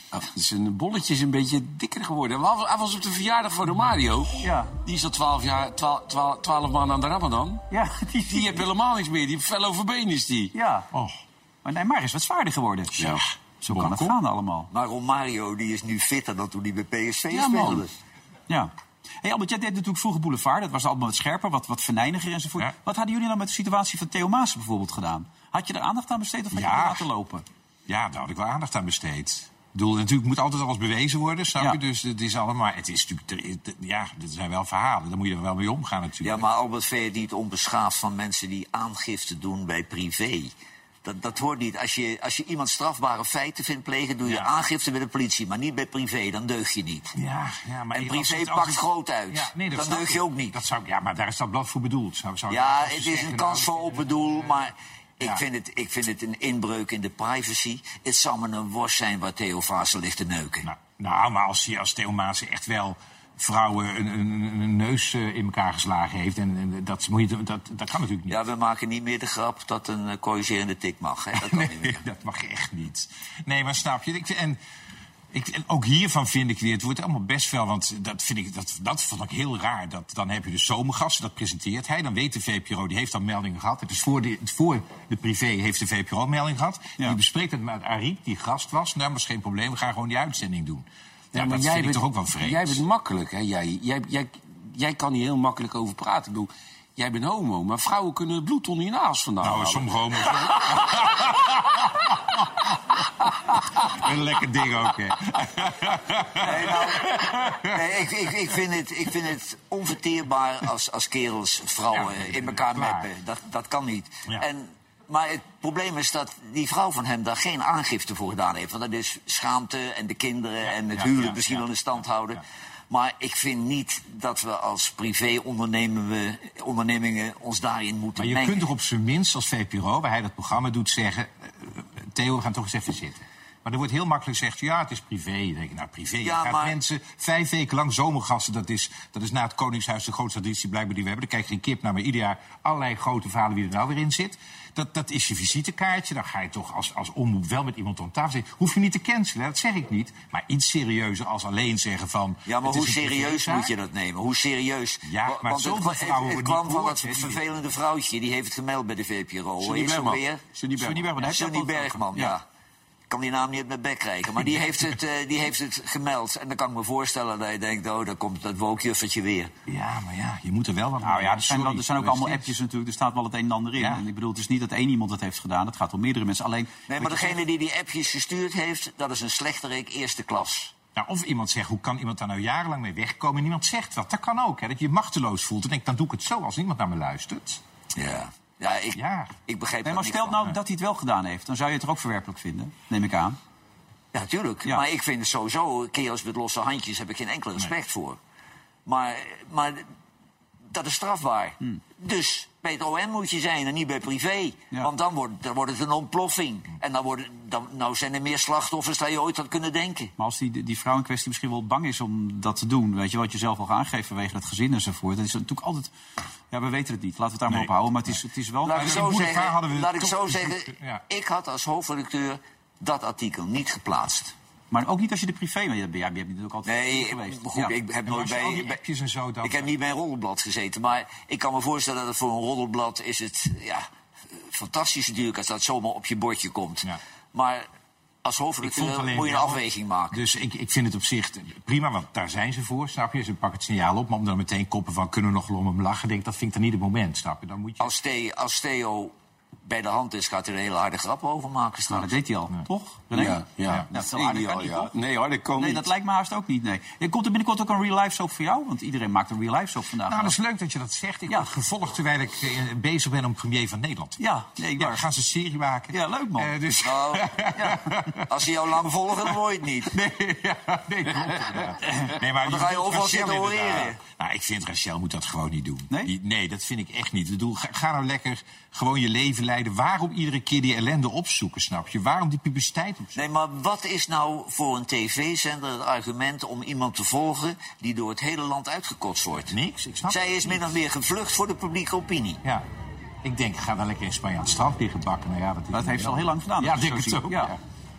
Zijn bolletje is een beetje dikker geworden. Hij was op de verjaardag van Romario. Ja. Die is al 12 maanden aan de Ramadan. Ja, die heeft helemaal niks meer. Die fel overbeen is die. Ja. Maar Neymar is wat zwaarder geworden. Ja. Zo kan het gaan allemaal. Maar Romario die is nu fitter dan toen hij bij PSV Ja, speelde. man. Ja. Hey Albert, jij deed natuurlijk vroeger Boulevard. Dat was allemaal wat scherper, wat venijniger enzovoort. Ja. Wat hadden jullie nou met de situatie van Theo Maassen bijvoorbeeld gedaan? Had je er aandacht aan besteed of had je het laten lopen? Ja, daar had ik wel aandacht aan besteed. Ik bedoel, natuurlijk moet altijd alles bewezen worden, snap je? Dus het is allemaal... Het is natuurlijk... Ja, er zijn wel verhalen. Daar moet je er wel mee omgaan natuurlijk. Ja, maar Albert, vind je het niet onbeschaafd van mensen die aangifte doen bij privé? Dat hoort niet. Als je iemand strafbare feiten vindt plegen, doe je aangifte bij de politie. Maar niet bij privé, dan deug je niet. Ja, maar en privé pakt groot uit. Ja, nee, dan deug je ook niet. Maar daar is dat blad voor bedoeld. Het is een kans voor open doel, maar... Ik vind het een inbreuk in de privacy. Het zal me een worst zijn waar Theo Maassen ligt te neuken. Nou, maar als Theo Maassen echt wel vrouwen een neus in elkaar geslagen heeft... en dat kan natuurlijk niet. Ja, we maken niet meer de grap dat een corrigerende tik mag. Hè? Dat kan niet meer. Dat mag echt niet. Nee, maar snap je... En ook hiervan vind ik weer, het wordt allemaal best wel... want dat vond ik heel raar. Dan heb je de zomergasten, dat presenteert hij. Dan weet de VPRO, die heeft dan meldingen gehad. Het is voor de privé heeft de VPRO melding gehad. Ja. Die bespreekt het met Ariep, die gast was. Nou, dat is geen probleem, we gaan gewoon die uitzending doen. Ja, maar dat vind ik toch ook wel vreemd. Jij bent makkelijk, hè? Jij kan hier heel makkelijk over praten. Ik bedoel, jij bent homo, maar vrouwen kunnen het bloed onder je naast vandaan halen. Sommige homo's... Een lekker ding ook, hè. Ik vind het onverteerbaar als kerels vrouwen in elkaar meppen. Dat kan niet. Ja. Maar het probleem is dat die vrouw van hem daar geen aangifte voor gedaan heeft. Want dat is schaamte en de kinderen en het huwelijk misschien wel in stand houden. Ja. Maar ik vind niet dat we als privé-ondernemingen ons daarin moeten mengen. Maar je kunt toch op zijn minst als VPRO, waar hij dat programma doet, zeggen... Theo, we gaan toch eens even zitten. Maar er wordt heel makkelijk gezegd, ja, het is privé. Dan denk je, nou, privé. Ja, maar... mensen 5 weken lang zomergasten, dat is na het Koningshuis de grootste traditie blijkbaar die we hebben. Daar kijk je geen kip naar, maar ieder jaar allerlei grote verhalen wie er nou weer in zit. Dat is je visitekaartje. Dan ga je toch als omroep wel met iemand om tafel zitten. Hoef je niet te cancelen, dat zeg ik niet. Maar iets serieuzer als alleen zeggen van... Ja, maar hoe serieus moet je dat nemen? Hoe serieus? Ja, maar want het kwam van dat vervelende vrouwtje. Die heeft het gemeld bij de VPRO. Sunny Bergman, ja. Ik kan die naam niet uit mijn bek krijgen. Maar die heeft het gemeld. En dan kan ik me voorstellen dat je denkt... oh, dan komt dat wookjuffertje weer. Ja, maar ja, je moet er wel wat... Nou ja, er zijn ook allemaal appjes natuurlijk. Er staat wel het een en ander in. Ja. En ik bedoel, het is niet dat één iemand het heeft gedaan. Het gaat om meerdere mensen. Alleen... Nee, maar degene die appjes gestuurd heeft... dat is een slechterik eerste klas. Nou, of iemand zegt, hoe kan iemand daar nou jarenlang mee wegkomen... en niemand zegt wat. Dat kan ook, hè. Dat je je machteloos voelt. Dan doe ik het zo als niemand naar me luistert. Ja. Ik begrijp nee, maar stel nou dat hij het wel gedaan heeft, dan zou je het er ook verwerpelijk vinden, neem ik aan. Ja, natuurlijk. Ja. Maar ik vind het sowieso, kerels met losse handjes heb ik geen enkel respect voor. Maar dat is strafbaar. Dus bij het OM moet je zijn en niet bij privé. Ja. Want dan wordt het een ontploffing. En dan zijn er meer slachtoffers dan je ooit had kunnen denken. Maar als die vrouw in kwestie misschien wel bang is om dat te doen... weet je wat je zelf al aangeeft vanwege het gezin enzovoort... dat is natuurlijk altijd... Ja, we weten het niet. Laten we het daar maar op houden. Maar het is wel... Laat ik zo zeggen, ik had als hoofdredacteur dat artikel niet geplaatst. Maar ook niet als je de privé... Maar je hebt natuurlijk altijd geweest. Goed, ja. Ik heb nooit ik heb niet bij een roddelblad gezeten. Maar ik kan me voorstellen dat het voor een roddelblad is het... Ja, fantastisch natuurlijk als dat zomaar op je bordje komt. Ja. Maar als hoofdredacteur moet je een afweging maken. Dus ik vind het op zich prima, want daar zijn ze voor, snap je? Ze pakken het signaal op, maar om dan meteen koppen van... kunnen we nog om hem lachen, denk dat vind ik dan niet het moment, snap je? Dan moet je... Als Theo bij de hand is, gaat hij er een hele harde grap over maken straks. Nou, dat deed hij al, toch? Ja. Dat veel harder kan niet, toch? Nee hoor, dat kan niet. Dat lijkt me haast ook niet, nee. Komt er binnenkort ook een real-life soap voor jou? Want iedereen maakt een real-life soap vandaag. Nou, dat is leuk dat je dat zegt. Ik heb gevolgd terwijl ik bezig ben om premier van Nederland. Ja, gaan ze een serie maken. Ja, leuk man. Als ze jou lang volgen, dan hoor je het niet. Nee, maar dan ga je overal zitten oreren. Nou, ik vind Rachel moet dat gewoon niet doen. Nee? Nee, dat vind ik echt niet. Ik bedoel, ga nou lekker gewoon je leven leiden. Waarom iedere keer die ellende opzoeken, snap je? Waarom die publiciteit opzoeken? Nee, maar wat is nou voor een tv-zender het argument om iemand te volgen die door het hele land uitgekotst wordt? Niks, ik snap Zij is min of meer gevlucht voor de publieke opinie. Ja. Ik denk, ga dan lekker in Spanje aan het strand liggen bakken. Nou ja, dat heeft ze al heel lang gedaan. Ja, denk het ook. Ja.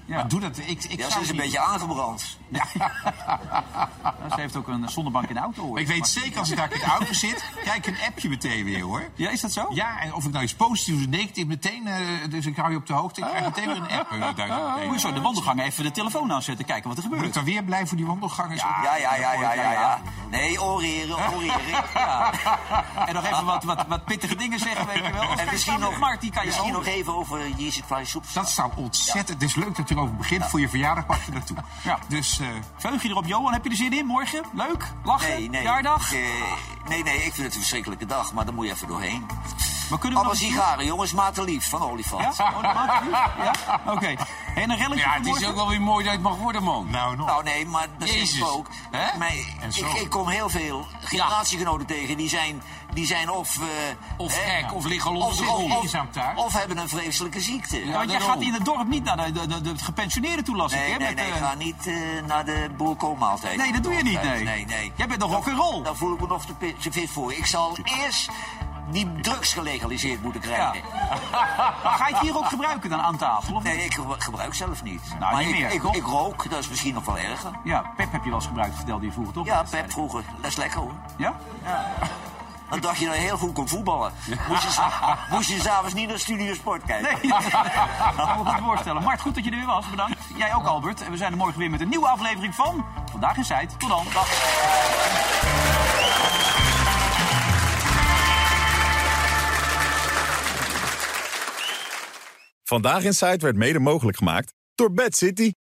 Ja. Maar doe dat. Ze is een beetje aangebrand. Ja. Ze heeft ook een zonnebank in de auto, hoor. Maar ik weet zeker, als ik daar in de auto zit, krijg ik een appje meteen weer, hoor. Ja, is dat zo? Ja, en of ik nou iets positiefs of negatiefs meteen... dus ik hou je op de hoogte. Ik krijg meteen weer een app. Moet je zo de wandelgangen even de telefoon aanzetten, kijken wat er gebeurt. Moet ik dan weer blij voor die wandelgangers? Ja. Nee, oreren. Ja. En nog even wat pittige dingen zeggen, weet je wel. En misschien nog even over Jezus Christus soep. Dat zou ontzettend... Het is leuk dat je erover begint. Voor je verjaardag mag je naartoe. Ja. Dus, Verheug je erop, Johan? Heb je er zin in morgen? Leuk? Lachen? Nee. Jaardag? Nee, ik vind het een verschrikkelijke dag, maar daar moet je even doorheen. Maar kunnen we allemaal sigaren, jongens, maatelief van Olifant. Ja? Ja? Oké. En een relletje het is ook wel weer mooi dat het mag worden, man. Nou nee, maar dat zeg ik ook. Ik kom heel veel generatiegenoten tegen, die zijn of gek, of liggen los of hebben een vreselijke ziekte. Ja, want jij gaat in het dorp niet naar de gepensioneerden toe, las ik. Nee, ik ga niet naar de boerkoolmaaltijd. Nee, dat doe je niet, nee. Jij bent nog rock'n'roll. Daar voel ik me nog te fit voor. Ik zal eerst die drugs gelegaliseerd moeten krijgen. Ja. Ga je het hier ook gebruiken dan aan tafel? Of nee, ik gebruik zelf niet. Nou, maar niet meer, ik rook, dat is misschien nog wel erger. Ja, Pep heb je wel eens gebruikt, vertelde je vroeger, toch? Ja, Pep vroeger. Dat is lekker, hoor. Ja? Dan dacht je dat je heel goed kon voetballen. Moest je s'avonds niet naar Studio Sport kijken. Nee, dat kan me goed voorstellen. Mart, goed dat je er weer was. Bedankt. Jij ook, Albert. En we zijn er morgen weer met een nieuwe aflevering van Vandaag in Zuid. Tot dan. Dag. Vandaag in Zuid werd mede mogelijk gemaakt door Bad City.